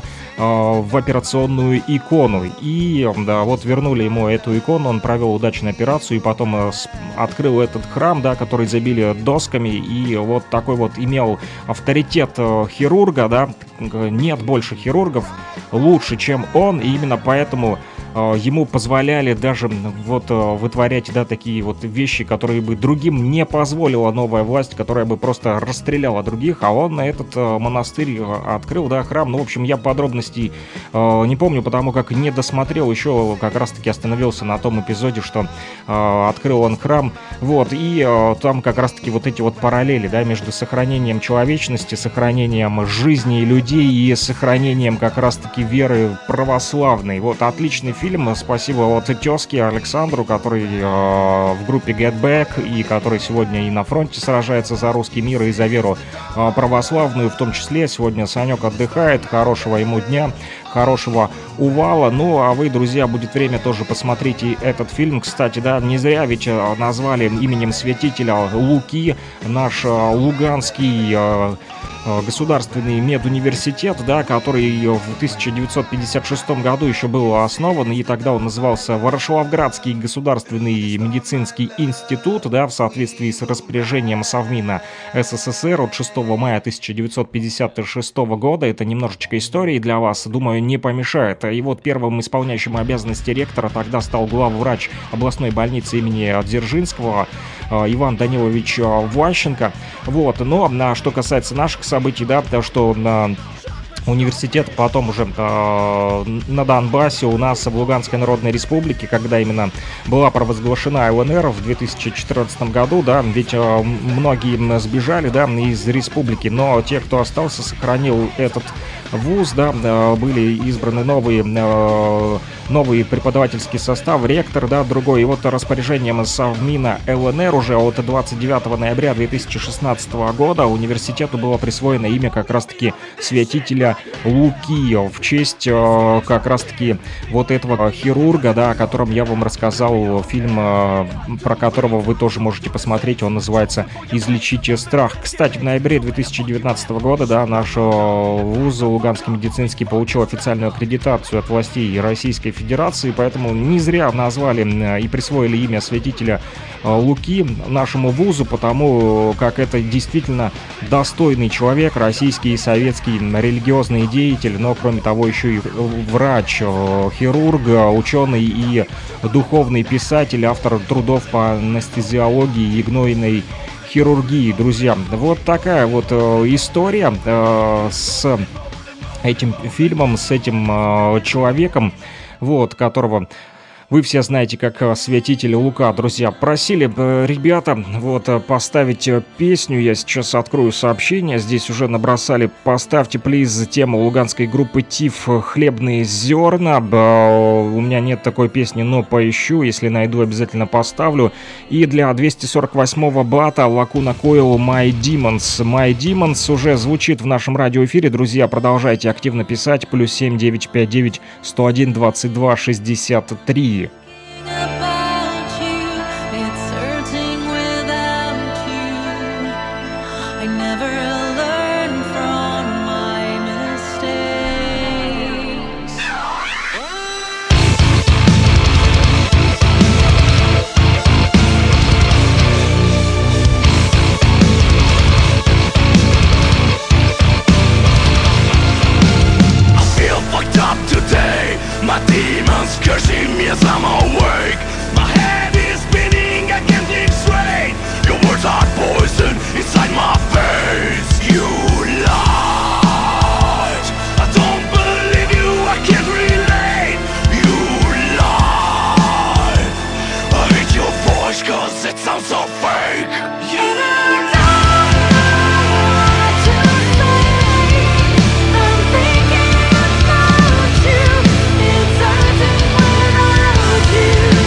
в операционную икону. И да, вот вернули ему эту икону, он провел удачную операцию и потом открыл этот храм, да, который забили досками, и вот такой вот имел авторитет хирурга, да, нет больше хирургов лучше, чем он, и именно поэтому ему позволяли даже вот вытворять, да, такие вот вещи, которые бы другим не позволила новая власть, которая бы просто расстреляла других, а он этот монастырь открыл, да, храм. Ну, в общем, я подробностей э, не помню, потому как не досмотрел, еще как раз-таки остановился на том эпизоде, что э, открыл он храм, вот, и э, там как раз-таки вот эти вот параллели, да, между сохранением человечности, сохранением жизни людей и сохранением как раз-таки веры православной. Вот, отличный фильм. Спасибо вот тезке Александру, который э, в группе Get Back и который сегодня и на фронте сражается за русский мир и за веру э, православную в том числе. Сегодня Санек отдыхает. Хорошего ему дня, хорошего увала. Ну, а вы, друзья, будет время тоже посмотреть и этот фильм. Кстати, да, не зря ведь назвали именем святителя Луки наш э, Луганский э, государственный медуниверситет, да, который в тысяча девятьсот пятьдесят шестом году еще был основан, и тогда он назывался Ворошиловградский государственный медицинский институт, да, в соответствии с распоряжением Совмина СССР от шестого мая тысяча девятьсот пятьдесят шестого года. Это немножечко истории для вас, думаю, не помешает. И вот первым исполняющим обязанности ректора тогда стал главврач областной больницы имени Дзержинского Иван Данилович Ващенко. Вот. Но а что касается наших событий, да, потому что на университет потом уже э, на Донбассе у нас в Луганской Народной Республике, когда именно была провозглашена ЛНР в две тысячи четырнадцатом году, да, ведь э, многие сбежали, да, из республики, но те, кто остался, сохранил этот вуз, да, э, были избраны новые, э, новый преподавательский состав, ректор, да, другой, и вот распоряжением Совмина ЛНР уже от двадцать девятого ноября две тысячи шестнадцатого года университету было присвоено имя как раз-таки святителя Луки в честь э, как раз-таки вот этого хирурга, да, о котором я вам рассказал, фильм, э, про которого вы тоже можете посмотреть, он называется «Излечите страх». Кстати, в ноябре две тысячи девятнадцатого года, да, наш э, вуз Луганский медицинский получил официальную аккредитацию от властей Российской Федерации, поэтому не зря назвали э, и присвоили имя святителя э, Луки нашему вузу, потому как это действительно достойный человек, российский и советский религиозный деятель, но кроме того еще и врач, хирург, ученый и духовный писатель, автор трудов по анестезиологии и гнойной хирургии, друзья. Вот такая вот история с этим фильмом, с этим человеком, вот, которого вы все знаете как святитель Лука, друзья. Просили ребята вот поставить песню. Я сейчас открою сообщение. Здесь уже набросали. Поставьте, плиз, тему луганской группы ТИФ «Хлебные зерна». У меня нет такой песни, но поищу. Если найду, обязательно поставлю. И для двести сорок восьмого бата Lacuna Coil My Demons. My Demons уже звучит в нашем радиоэфире. Друзья, продолжайте активно писать. Плюс семь девятьсот пятьдесят девять сто один двадцать два шестьдесят три. My demons cursing me as I'm awake. My head is spinning, I can't think straight. Your words are poison inside my face. You lied, I don't believe you, I can't relate. You lied, I hate your voice cause it sounds so fake. You lied. You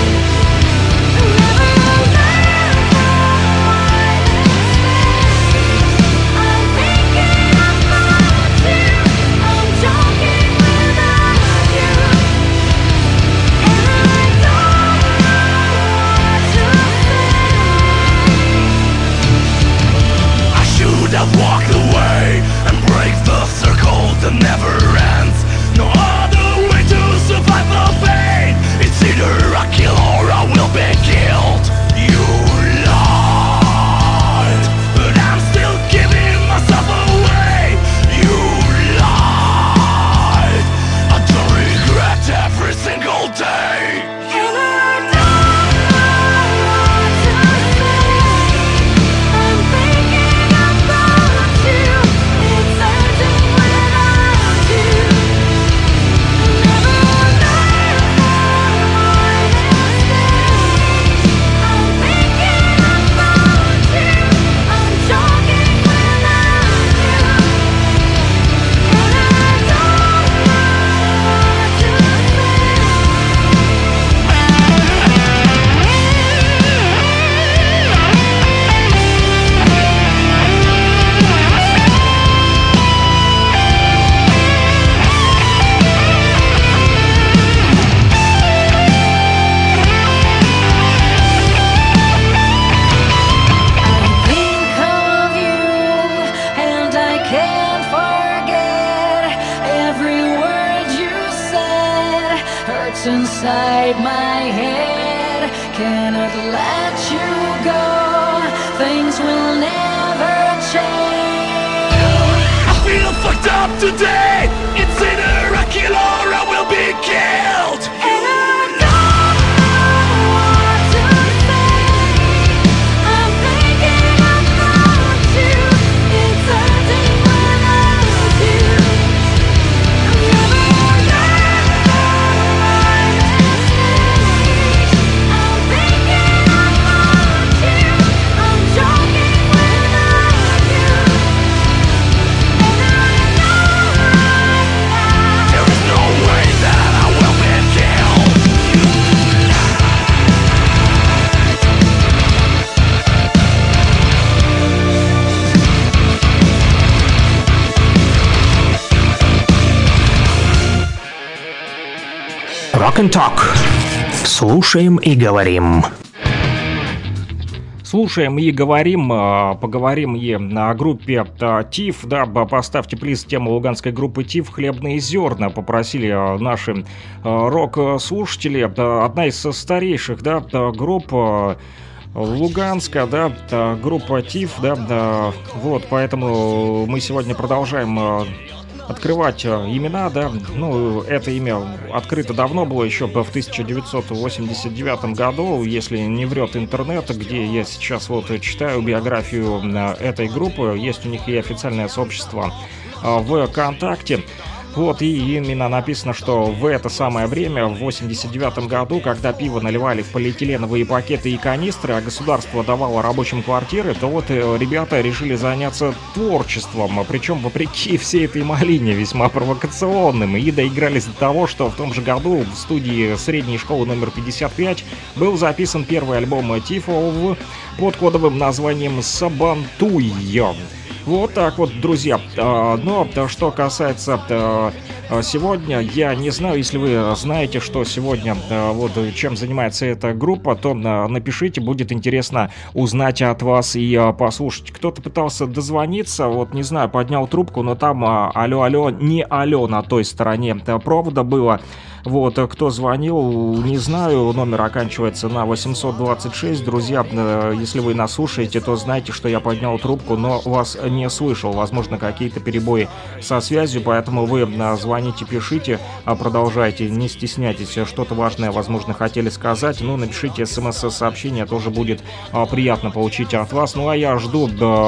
hurts inside my head. Cannot let you go. Things will never change. I feel fucked up today. It's either a kill or I will be killed. And I don't know what to say. I'm thinking about you. It's hurting when I lose you. I'm never gonna lie and say. I'm thinking about you. I'm joking when I love you. And I know right now There is no way that I will be killed. Rock and Talk. Слушаем и говорим. Слушаем и говорим, э, поговорим и о группе э, ТИФ, да, б- поставьте плиз тему луганской группы ТИФ «Хлебные зерна», попросили э, наши э, рок-слушатели. Э, Одна из старейших, да, э, групп э, Луганска, да, э, группа ТИФ, да, э, вот, поэтому мы сегодня продолжаем э, открывать э, имена, да, ну, это имя открыто давно было, еще в тысяча девятьсот восемьдесят девятом году, если не врет интернет, где я сейчас вот читаю биографию э, этой группы, есть у них и официальное сообщество э, ВКонтакте. Вот, и именно написано, что в это самое время, в восемьдесят девятом году, когда пиво наливали в полиэтиленовые пакеты и канистры, а государство давало рабочим квартиры, то вот э, ребята решили заняться творчеством, причем вопреки всей этой малине, весьма провокационным, и доигрались до того, что в том же году в студии средней школы номер пятьдесят пять был записан первый альбом ТИФов под кодовым названием «Сабантуй». Вот так вот, друзья. А, Но что касается а, сегодня, я не знаю, если вы знаете, что сегодня, а, вот чем занимается эта группа, то а, напишите, будет интересно узнать от вас и а, послушать. Кто-то пытался дозвониться, вот не знаю, поднял трубку, но там а, алло-алло, не алло на той стороне провода было. Вот, кто звонил, не знаю, номер оканчивается на восемьсот двадцать шесть. Друзья, если вы нас слушаете, то знайте, что я поднял трубку, но вас не слышал. Возможно, какие-то перебои со связью, поэтому вы звоните, пишите, продолжайте, не стесняйтесь. Что-то важное, возможно, хотели сказать, ну, напишите смс-сообщение, тоже будет приятно получить от вас. Ну, а я жду,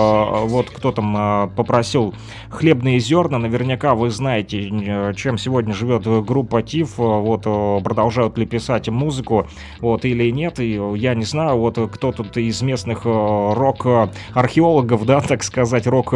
вот кто там попросил «Хлебные зерна». Наверняка вы знаете, чем сегодня живет группа ТИФ. Вот, продолжают ли писать музыку, вот, или нет, и я не знаю, вот, кто тут из местных рок-археологов, да, так сказать, рок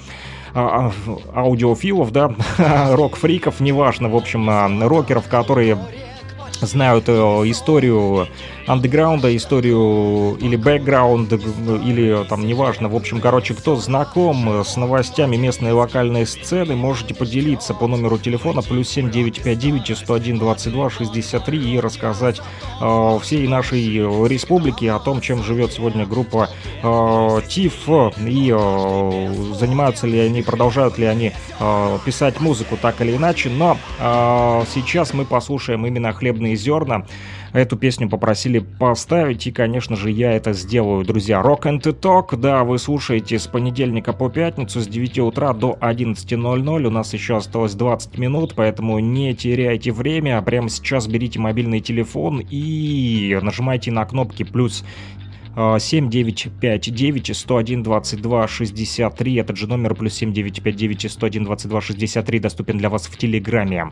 аудиофилов, да, рок-фриков, неважно, в общем, рокеров, которые знают историю андеграунда, историю или бэкграунд, или там, неважно, в общем, короче, кто знаком с новостями местной локальной сцены, можете поделиться по номеру телефона плюс семь девятьсот пятьдесят девять сто один двадцать два шестьдесят три и рассказать э, всей нашей республике о том, чем живет сегодня группа э, ТИФ, и э, занимаются ли они, продолжают ли они э, писать музыку так или иначе, но э, сейчас мы послушаем именно «Хлебные зерна». Эту песню попросили поставить, и, конечно же, я это сделаю, друзья. Rock and Talk, да, вы слушаете с понедельника по пятницу с девяти утра до одиннадцати ноль-ноль. У нас еще осталось двадцать минут, поэтому не теряйте время. Прямо сейчас берите мобильный телефон и нажимайте на кнопки плюс семь девятьсот пятьдесят девять сто один двадцать два шестьдесят три. Этот же номер плюс семь девятьсот пятьдесят девять сто один двадцать два шестьдесят три доступен для вас в Телеграме.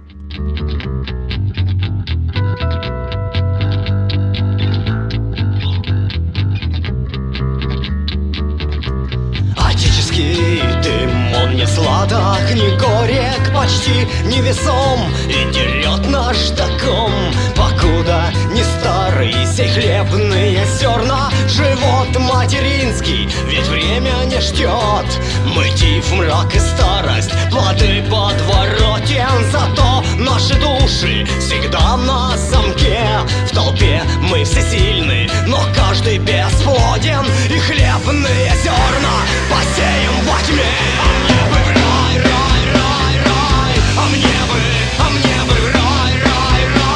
Отеческий дым, он не сладок, не горек, почти невесом и дерет наждаком, покуда не старый сей хлебные зерна. Живот материнский, ведь время не ждет. Мы ТИФ, мрак и старость, плоды подворотен, зато наши души всегда на замке. В толпе мы все сильны, но каждый бесплоден, и хлебные зерна посеем во тьме. А мне бы в рай, рай, рай, рай, а мне бы, а мне бы в рай, рай, рай.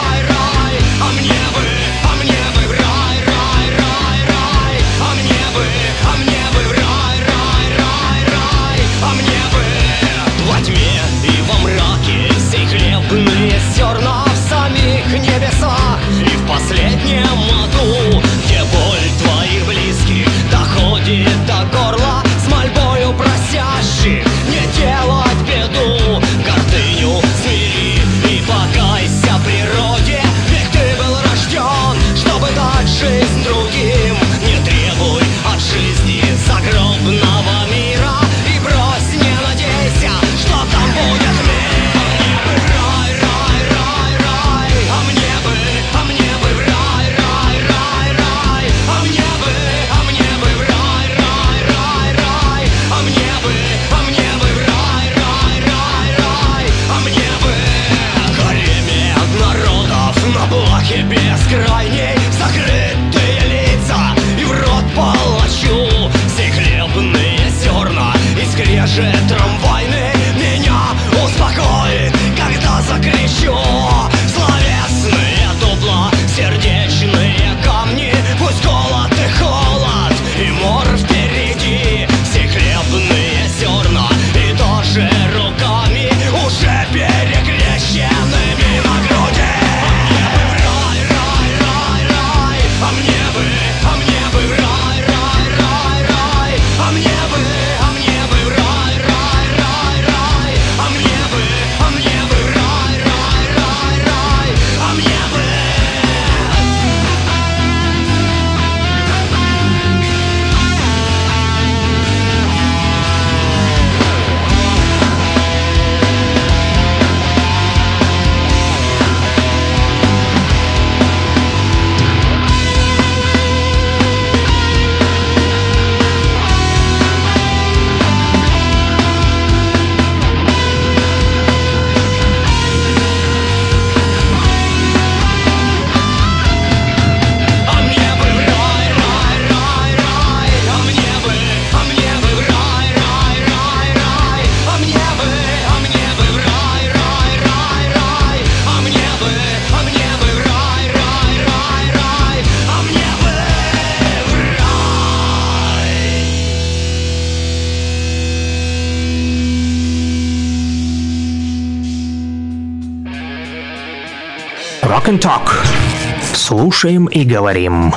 Walk and Talk. Слушаем и говорим.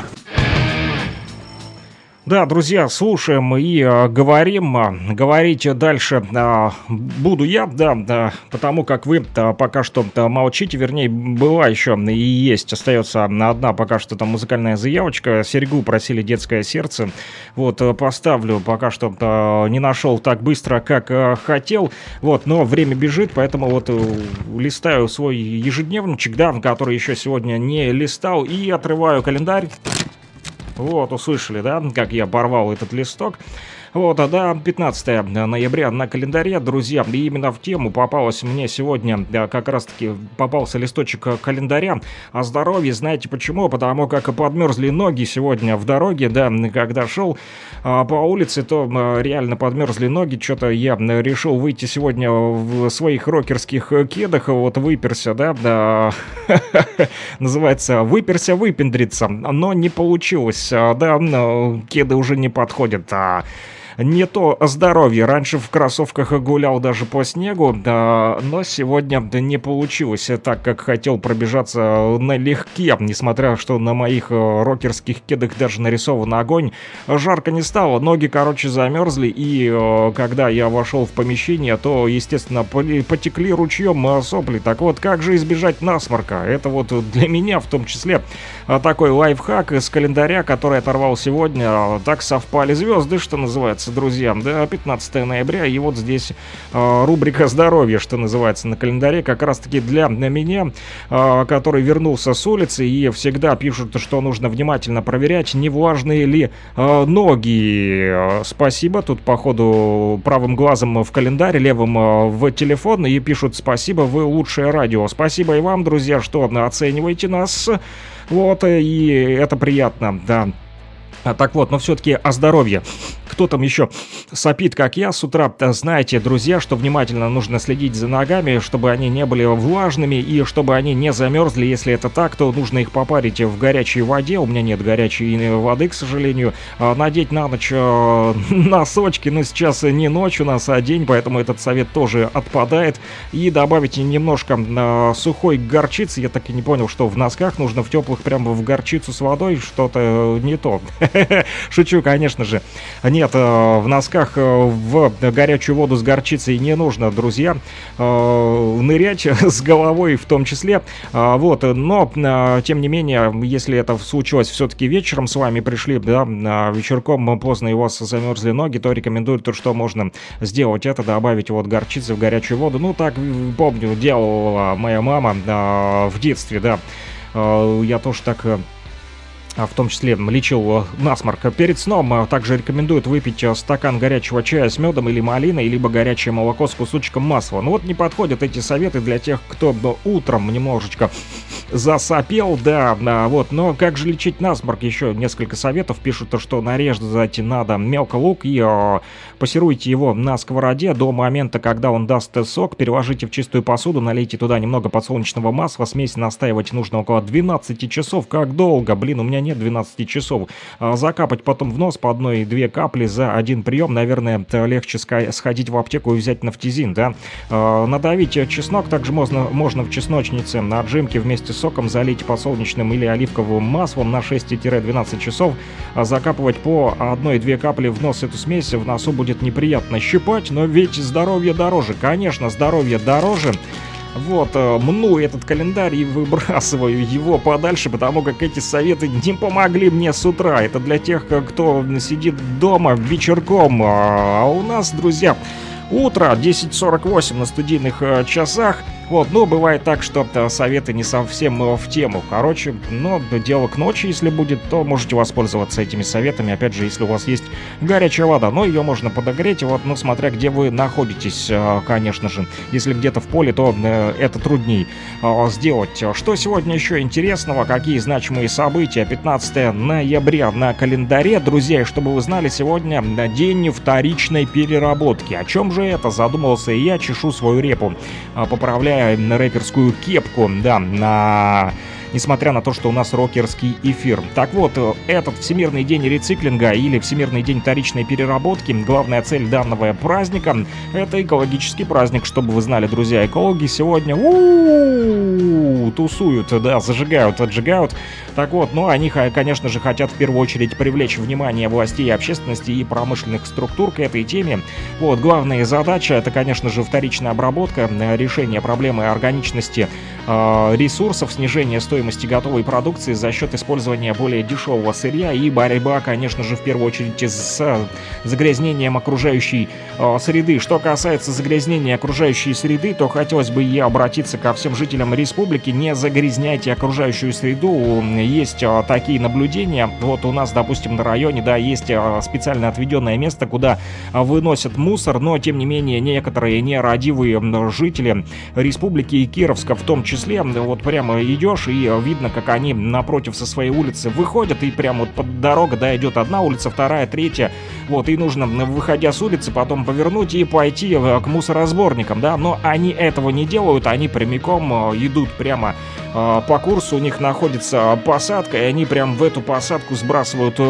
Да, друзья, слушаем и э, говорим. Э, говорить дальше э, буду я, да, да, потому как вы э, пока что э, молчите, вернее, была еще и есть, остается одна пока что там музыкальная заявочка. Серьгу просили «Детское сердце». Вот, э, поставлю, пока что э, не нашел так быстро, как э, хотел. Вот, но время бежит, поэтому вот э, листаю свой ежедневничек, да, который еще сегодня не листал, и отрываю календарь. Вот, услышали, да, как я порвал этот листок. Вот, а да, пятнадцатое ноября на календаре, друзья, и именно в тему попалось мне сегодня, да, как раз-таки попался листочек календаря о здоровье. Знаете почему? Потому как подмерзли ноги сегодня в дороге, да, когда шел а, по улице, то а, реально подмерзли ноги. Что-то я решил выйти сегодня в своих рокерских кедах, вот выперся, да, да, называется, выперся выпендриться, но не получилось, да, кеды уже не подходят, а не то здоровье. Раньше в кроссовках гулял даже по снегу, да, но сегодня не получилось так, как хотел пробежаться налегке, несмотря что на моих рокерских кедах даже нарисован огонь. Жарко не стало, ноги, короче, замерзли, и когда я вошел в помещение, то, естественно, потекли ручьем сопли. Так вот, как же избежать насморка? Это вот для меня в том числе такой лайфхак из календаря, который оторвал сегодня. Так совпали звезды, что называется, друзья. Да, пятнадцатое ноября, и вот здесь э, рубрика «Здоровье», что называется, на календаре, как раз-таки для меня, э, который вернулся с улицы, и всегда пишут, что нужно внимательно проверять, не влажные ли э, ноги. Спасибо, тут, походу, правым глазом в календарь, левым э, в телефон, и пишут: спасибо, вы лучшее радио. Спасибо и вам, друзья, что оцениваете нас. Вот, и это приятно, да. А, так вот, но все-таки о здоровье. Кто там еще сопит, как я, с утра? Знаете, друзья, что внимательно нужно следить за ногами, чтобы они не были влажными и чтобы они не замерзли. Если это так, то нужно их попарить в горячей воде. У меня нет горячей воды, к сожалению. Надеть на ночь носочки, но сейчас не ночь у нас, а день, поэтому этот совет тоже отпадает. И добавить немножко сухой горчицы. Я так и не понял, что в носках нужно в теплых прямо в горчицу с водой. Что-то не то. Шучу, конечно же. Нет, в носках в горячую воду с горчицей не нужно, друзья, нырять с головой в том числе. Вот, но, тем не менее, если это случилось все-таки вечером, с вами пришли, да, вечерком поздно и у вас замерзли ноги, то рекомендую то, что можно сделать это, добавить вот горчицы в горячую воду. Ну, так, помню, делала моя мама в детстве, да. Я тоже так... в том числе лечил насморк. Перед сном также рекомендуют выпить стакан горячего чая с медом или малиной, либо горячее молоко с кусочком масла. Ну вот не подходят эти советы для тех, кто утром немножечко засопел, да, да, вот. Но как же лечить насморк? Еще несколько советов. Пишут, что нарезать надо мелко лук и э, пассируйте его на сковороде до момента, когда он даст сок. Переложите в чистую посуду, налейте туда немного подсолнечного масла. Смесь настаивать нужно около двенадцати часов. Как долго? Блин, у меня нет двенадцати часов. Закапать потом в нос по одной-две капли за один прием. Наверное, легче сходить в аптеку и взять нафтизин, да. Надавить чеснок также можно, можно в чесночнице на отжимке вместе с соком, залить подсолнечным или оливковым маслом на шесть-двенадцать часов. Закапывать по одной-две капли в нос эту смесь. В носу будет неприятно щипать, но ведь здоровье дороже. Конечно, здоровье дороже. Вот, мну этот календарь и выбрасываю его подальше, потому как эти советы не помогли мне с утра. Это для тех, кто сидит дома вечерком. А у нас, друзья, утро, десять сорок восемь на студийных часах. Вот, ну, бывает так, что советы не совсем в тему. Короче, но дело к ночи, если будет, то можете воспользоваться этими советами. Опять же, если у вас есть горячая вода, но ее можно подогреть, вот, ну, смотря где вы находитесь, конечно же. Если где-то в поле, то это трудней сделать. Что сегодня еще интересного? Какие значимые события? пятнадцатое ноября на календаре, друзья, и чтобы вы знали, сегодня день вторичной переработки. О чем же это? Задумался и я, чешу свою репу, поправляя рэперскую кепку, да, на несмотря на то, что у нас рокерский эфир. Так вот, этот Всемирный день рециклинга или Всемирный день вторичной переработки, главная цель данного праздника — это экологический праздник, чтобы вы знали, друзья. Экологи сегодня у-у-у, тусуют, да, зажигают, отжигают. Так вот, ну, они, конечно же, хотят в первую очередь привлечь внимание властей, общественности и промышленных структур к этой теме. Вот, главная задача — это, конечно же, вторичная обработка, решение проблемы органичности э, ресурсов, снижение стоимости готовой продукции за счет использования более дешевого сырья и борьба, конечно же, в первую очередь с загрязнением окружающей э, среды. Что касается загрязнения окружающей среды, то хотелось бы и обратиться ко всем жителям республики: не загрязняйте окружающую среду. Есть э, такие наблюдения. Вот у нас, допустим, на районе, да, есть э, специально отведенное место, куда э, выносят мусор, но, тем не менее, некоторые нерадивые жители республики и Кировска в том числе, вот прямо идешь и видно, как они напротив со своей улицы выходят, и прямо вот под дорога, да, идет одна улица, вторая, третья, вот, и нужно, выходя с улицы, потом повернуть и пойти к мусоросборникам, да, но они этого не делают, они прямиком идут прямо по курсу, у них находится посадка, и они прям в эту посадку сбрасывают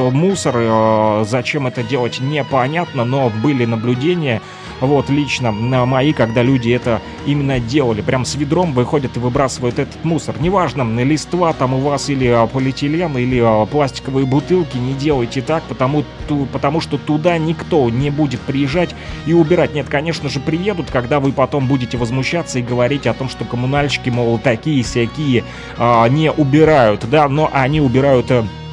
мусор. Зачем это делать, непонятно, но были наблюдения, вот, лично мои, когда люди это именно делали. Прям с ведром выходят и выбрасывают этот мусор. Неважно, листва там у вас или полиэтилен, или пластиковые бутылки, не делайте так, потому, потому что туда никто не будет приезжать и убирать. Нет, конечно же, приедут, когда вы потом будете возмущаться и говорить о том, что коммунальщики, мол, такие-сякие, а, не убирают, да, но они убирают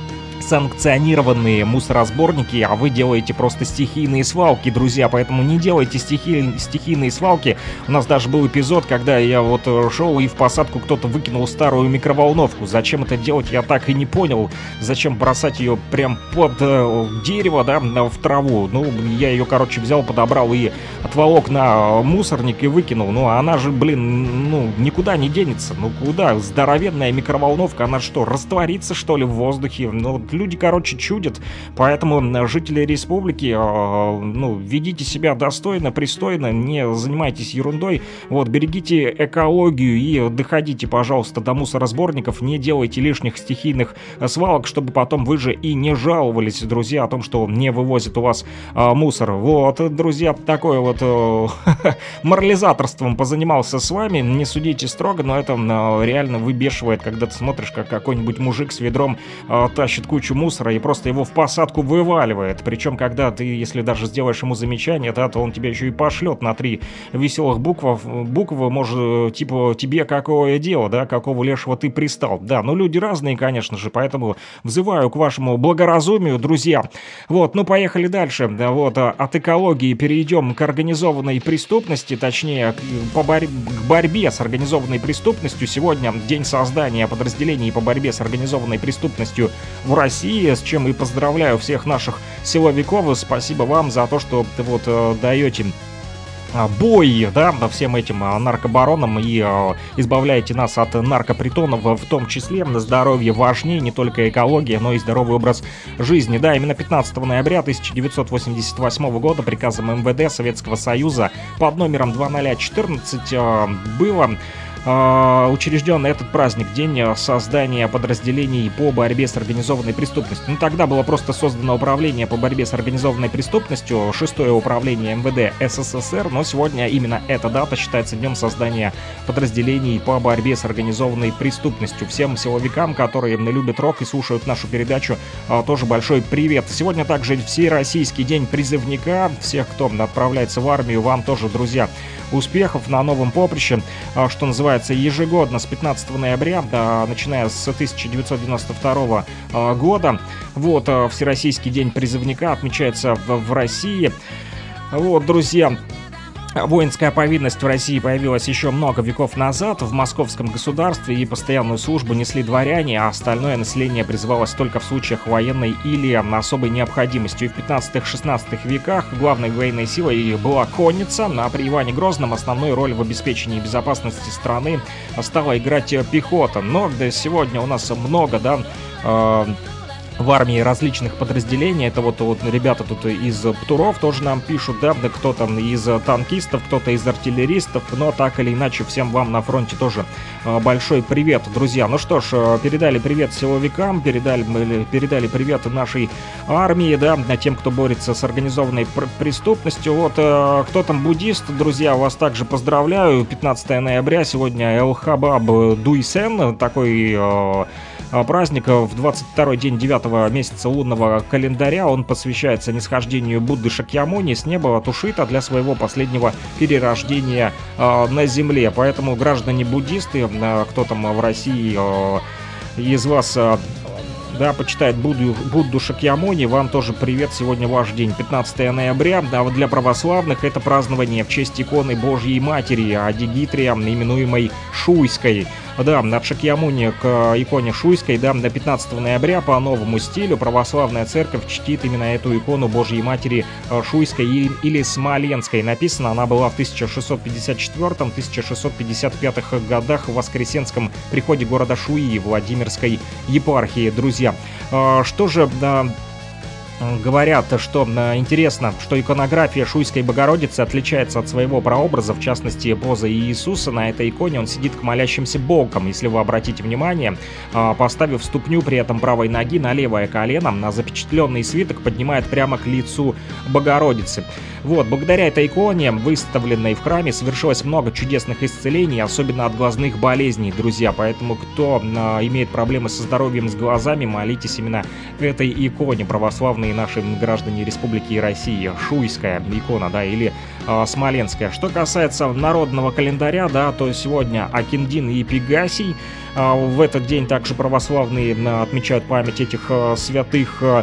санкционированные мусоросборники, а вы делаете просто стихийные свалки, друзья, поэтому не делайте стихи... стихийные свалки. У нас даже был эпизод, когда я вот шел и в посадку кто-то выкинул старую микроволновку. Зачем это делать, я так и не понял. Зачем бросать ее прям под э, дерево, да, в траву. Ну, я ее, короче, взял, подобрал и отволок на мусорник и выкинул. Ну, она же, блин, ну, никуда не денется. Ну, куда? Здоровенная микроволновка, она что, растворится, что ли, в воздухе? Ну, люди, короче, чудят, поэтому жители республики, э, ну, ведите себя достойно, пристойно, не занимайтесь ерундой, вот, берегите экологию и доходите, пожалуйста, до мусоросборников, не делайте лишних стихийных свалок, чтобы потом вы же и не жаловались, друзья, о том, что не вывозят у вас э, мусор. Вот, друзья, такое вот э, морализаторством позанимался с вами, не судите строго, но это э, реально выбешивает, когда ты смотришь, как какой-нибудь мужик с ведром э, тащит кучу мусора и просто его в посадку вываливает. Причем, когда ты, если даже сделаешь ему замечание, да, то он тебя еще и пошлет на три веселых буквы, буквы, может, типа, тебе какое дело, да, какого лешего ты пристал. Да, но люди разные, конечно же, поэтому взываю к вашему благоразумию, друзья. Вот, ну, поехали дальше. Да, вот, от экологии перейдем к организованной преступности, точнее, к, по борь- к борьбе с организованной преступностью. Сегодня день создания подразделений по борьбе с организованной преступностью в России, с чем и поздравляю всех наших силовиков. Спасибо вам за то, что вот э, даете бой, да, всем этим наркобаронам и э, избавляете нас от наркопритонов, в том числе. Здоровье важнее, не только экология, но и здоровый образ жизни. Да, именно пятнадцатого ноября тысяча девятьсот восемьдесят восьмого года приказом эм вэ дэ Советского Союза под номером два тысяча четырнадцать э, было учрежден этот праздник, день создания подразделений по борьбе с организованной преступностью. Ну, тогда было просто создано управление по борьбе с организованной преступностью, шестое управление эм вэ дэ эс эс эс эр, но сегодня именно эта дата считается днем создания подразделений по борьбе с организованной преступностью. Всем силовикам, которые любят рок и слушают нашу передачу, тоже большой привет. Сегодня также Всероссийский день призывника. Всех, кто отправляется в армию, вам тоже, друзья, успехов на новом поприще, что называется, ежегодно с пятнадцатого ноября, да, начиная с тысяча девятьсот девяносто второго года. Вот, Всероссийский день призывника отмечается в, в России. Вот, друзья, воинская повинность в России появилась еще много веков назад. В московском государстве и постоянную службу несли дворяне, а остальное население призывалось только в случаях военной или особой необходимости. И в пятнадцатом-шестнадцатом веках главной военной силой была конница, а при Иване Грозном основную роль в обеспечении безопасности страны стала играть пехота. Но да, сегодня у нас много, да, э в армии различных подразделений. Это вот, вот ребята тут из птуров тоже нам пишут, да, кто-то из танкистов, кто-то из артиллеристов, но так или иначе всем вам на фронте тоже большой привет, друзья. Ну что ж, передали привет силовикам, передали, передали привет нашей армии, да, тем, кто борется с организованной преступностью. Вот кто там буддист, друзья, вас также поздравляю. пятнадцатое ноября, сегодня Элхабаб Дуйсен, такой праздник в двадцать второй день девятого месяца лунного календаря. Он посвящается нисхождению Будды Шакьямуни с неба Тушита для своего последнего перерождения э, на земле. Поэтому, граждане буддисты, э, кто там в России э, из вас... Э, да, почитает Будду, Будду Шакьямуни, вам тоже привет, сегодня ваш день, пятнадцатое ноября, а вот для православных это празднование в честь иконы Божьей Матери, Адигитрия, именуемой Шуйской. Да, от Шакьямуни к иконе Шуйской, да, до пятнадцатого ноября по новому стилю православная церковь чтит именно эту икону Божьей Матери Шуйской или, или Смоленской. Написана она была в тысяча шестьсот пятьдесят четвёртом — тысяча шестьсот пятьдесят пятом годах в Воскресенском приходе города Шуи Владимирской епархии, друзья. Что же... Говорят, что интересно, что иконография Шуйской Богородицы отличается от своего прообраза, в частности, поза Иисуса. На этой иконе он сидит к молящимся боком. Если вы обратите внимание, поставив ступню при этом правой ноги на левое колено, на запечатленный свиток поднимает прямо к лицу Богородицы. Вот, благодаря этой иконе, выставленной в храме, совершилось много чудесных исцелений, особенно от глазных болезней, друзья. Поэтому, кто имеет проблемы со здоровьем, с глазами, молитесь именно этой иконе православной наши граждане Республики России. Шуйская икона, да, или э, Смоленская. Что касается народного календаря, да, то сегодня Акиндин и Пегасий. Э, в этот день также православные э, отмечают память этих э, святых э,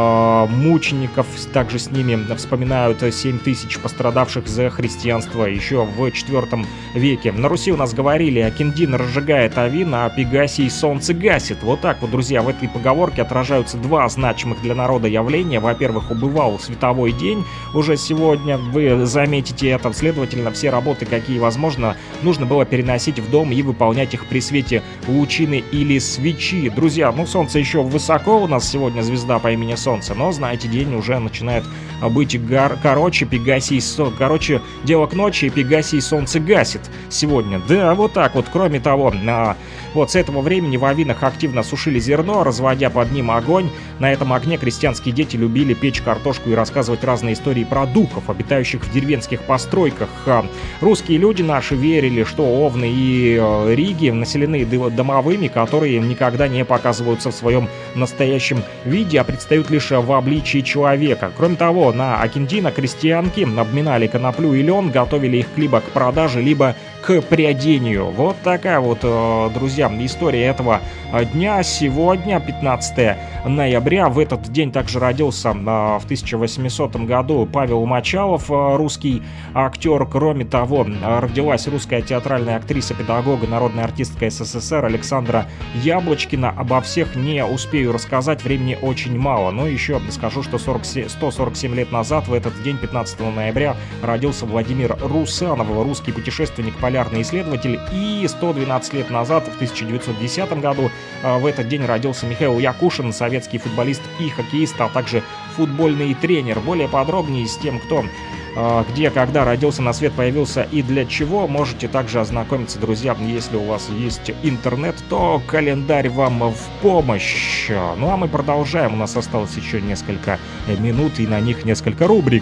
мучеников. Также с ними вспоминают семь тысяч пострадавших за христианство еще в четвёртом веке. На Руси у нас говорили: Акиндин разжигает авин, а Пегасий солнце гасит. Вот так вот, друзья, в этой поговорке отражаются два значимых для народа явления. Во-первых, убывал световой день уже сегодня, вы заметите это, следовательно, все работы, какие возможно, нужно было переносить в дом и выполнять их при свете лучины или свечи. Друзья, ну солнце еще высоко, у нас сегодня звезда по имени Солнце, но, знаете, день уже начинает быть гор- короче, Пегасий, со- короче, дело к ночи, и Пегасий солнце гасит сегодня. Да, вот так вот. Кроме того, на... вот с этого времени в авинах активно сушили зерно, разводя под ним огонь. На этом огне крестьянские дети любили печь картошку и рассказывать разные истории про духов, обитающих в деревенских постройках. Русские люди наши верили, что Овны и Риги населены домовыми, которые никогда не показываются в своем настоящем виде, а предстают лишь в обличии человека. Кроме того, на Акиндина крестьянки обминали коноплю и лен, готовили их либо к продаже, либо к приодению. Вот такая вот, друзья, история этого дня. Сегодня, пятнадцатое ноября, в этот день также родился в тысяча восьмисотом году Павел Мочалов, русский актер. Кроме того, родилась русская театральная актриса, педагога, народная артистка СССР Александра Яблочкина. Обо всех не успею рассказать, времени очень мало. Но еще скажу, что сорок семь, сто сорок семь лет назад, в этот день, пятнадцатого ноября, родился Владимир Русанов, русский путешественник, полярный исследователь. И сто двенадцать лет назад, в тысяча девятьсот десятом году, в этот день родился Михаил Якушин, советский футболист и хоккеист, а также футбольный тренер. Более подробнее с тем, кто, где, когда родился, на свет появился и для чего, можете также ознакомиться, друзья. Если у вас есть интернет, то календарь вам в помощь. Ну а мы продолжаем. У нас осталось еще несколько минут и на них несколько рубрик.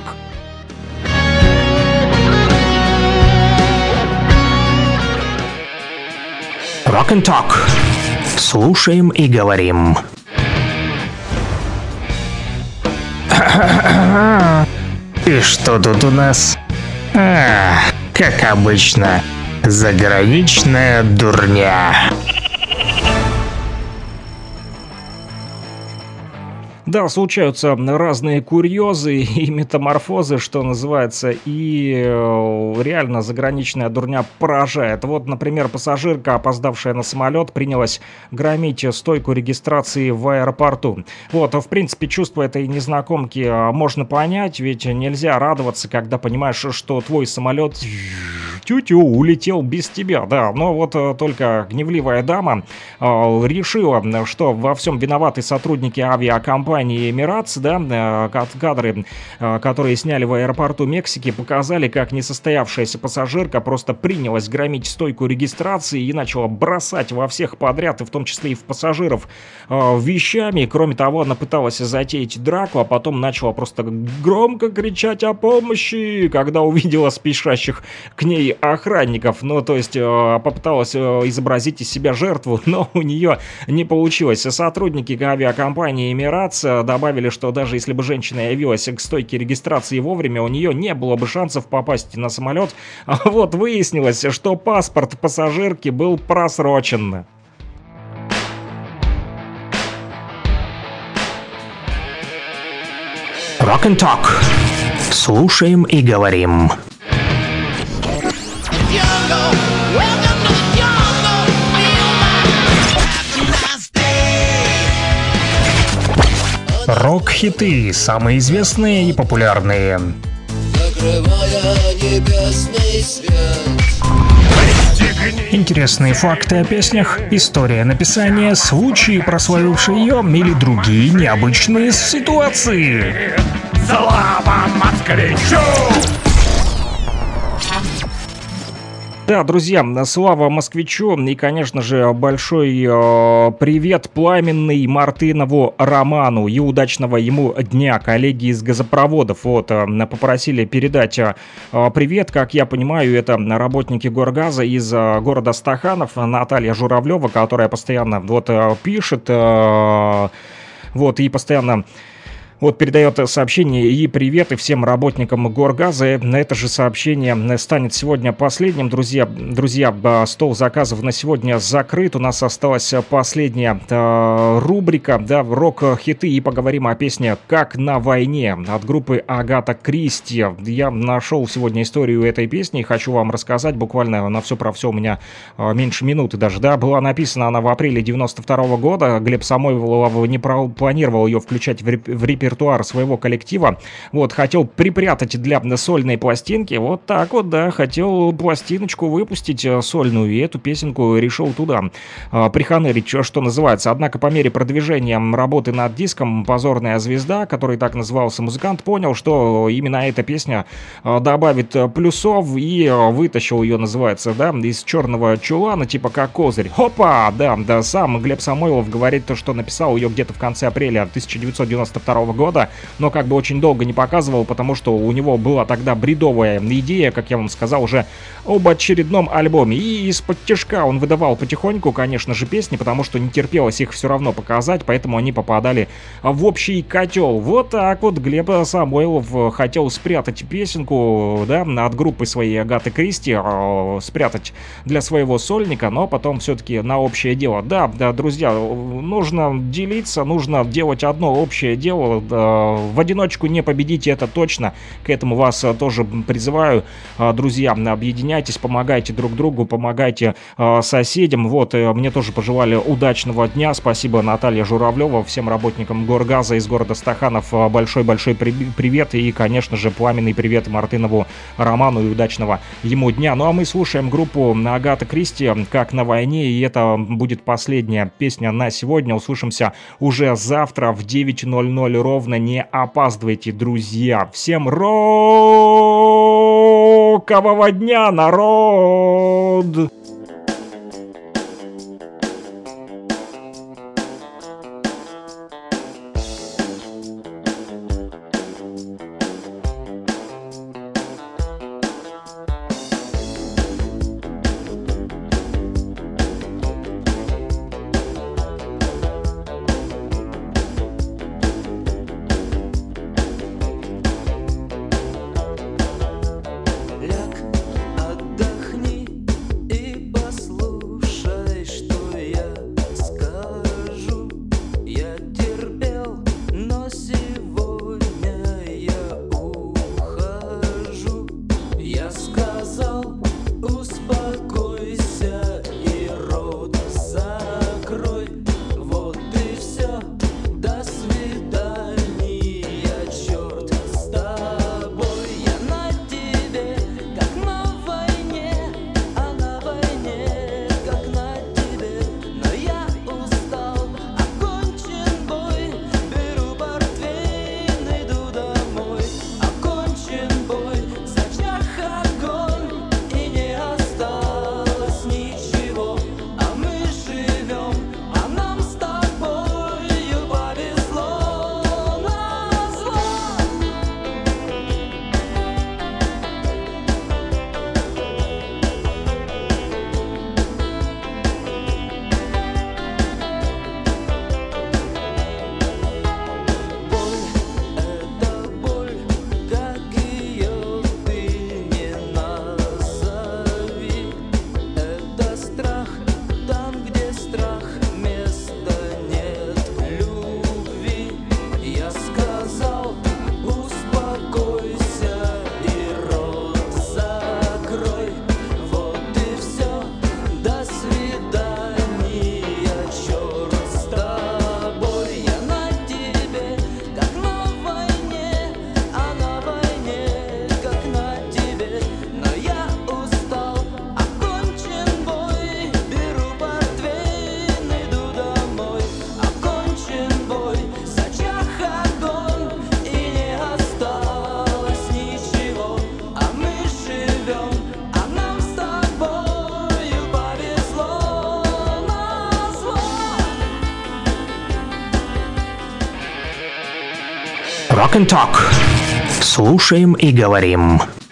Rock and Talk. Слушаем и говорим. И что тут у нас? А, как обычно, заграничная дурня. Да, случаются разные курьезы и метаморфозы, что называется, и реально заграничная дурня поражает. Вот, например, пассажирка, опоздавшая на самолет, принялась громить стойку регистрации в аэропорту. Вот, в принципе, чувство этой незнакомки можно понять, ведь нельзя радоваться, когда понимаешь, что твой самолет тю-тю, улетел без тебя, да. Но вот э, только гневливая дама э, решила, что во всем виноваты сотрудники авиакомпании «Эмиратс», да, э, кад- кадры, э, которые сняли в аэропорту Мексики, показали, как несостоявшаяся пассажирка просто принялась громить стойку регистрации и начала бросать во всех подряд, и в том числе и в пассажиров, э, вещами. Кроме того, она пыталась затеять драку, а потом начала просто громко кричать о помощи, когда увидела спешащих к ней охранников. Ну, то есть э, попыталась э, изобразить из себя жертву, но у нее не получилось. Сотрудники авиакомпании «Эмиратс» добавили, что даже если бы женщина явилась к стойке регистрации вовремя, у нее не было бы шансов попасть на самолет. А вот выяснилось, что паспорт пассажирки был просрочен. Rock and Talk. Слушаем и говорим. Рок-хиты, самые известные и популярные. Закрывая небесный свет. Интересные факты о песнях, история написания, случаи, прославившие ее, или другие необычные ситуации. Слава москвичу! Да, друзья, слава москвичу и, конечно же, большой э, привет пламенный Мартынову Роману и удачного ему дня, коллеги из газопроводов. Вот, э, попросили передать э, привет, как я понимаю, это работники Горгаза из э, города Стаханов, Наталья Журавлева, которая постоянно вот э, пишет, э, вот, и постоянно... Вот передает сообщение и приветы всем работникам Горгаза. Это же сообщение станет сегодня последним. Друзья, друзья, стол заказов на сегодня закрыт. У нас осталась последняя э, рубрика, да, рок-хиты. И поговорим о песне «Как на войне» от группы Агата Кристи. Я нашел сегодня историю этой песни и хочу вам рассказать буквально на все про все. У меня э, меньше минуты даже, да. Была написана она в апреле девяносто второго года. Глеб Самойлов не планировал ее включать в, реп- в репертуар своего коллектива. Вот, хотел припрятать для сольной пластинки. Вот так вот, да, хотел пластиночку выпустить сольную, и эту песенку решил туда э, приханерить, что называется. Однако по мере продвижения работы над диском «Позорная звезда», который так назывался музыкант, понял, что именно эта песня э, добавит плюсов, и э, вытащил ее, называется, да, из черного чулана, типа как козырь. Хопа! Да, да, сам Глеб Самойлов говорит, то, что написал ее где-то в конце апреля тысяча девятьсот девяносто второго года, но как бы очень долго не показывал, потому что у него была тогда бредовая идея, как я вам сказал, уже об очередном альбоме. И из-под тишка он выдавал потихоньку, конечно же, песни, потому что не терпелось их все равно показать, поэтому они попадали в общий котел. Вот так вот Глеб Самойлов хотел спрятать песенку, да, от группы своей Агаты Кристи, э, спрятать для своего сольника, но потом все-таки на общее дело. Да, да, друзья, нужно делиться, нужно делать одно общее дело. В одиночку не победите, это точно. К этому вас тоже призываю, друзья. Объединяйтесь, помогайте друг другу, помогайте соседям. Вот, мне тоже пожелали удачного дня. Спасибо, Наталья Журавлева, всем работникам Горгаза из города Стаханов. Большой-большой привет и, конечно же, пламенный привет Мартынову Роману и удачного ему дня. Ну а мы слушаем группу Агата Кристи «Как на войне», и это будет последняя песня на сегодня. Услышимся уже завтра в девять ноль ноль ровно. Не опаздывайте, друзья. Всем рокового дня, народ! Ляг, отдохни и Rock and Talk. Слушаем и говорим.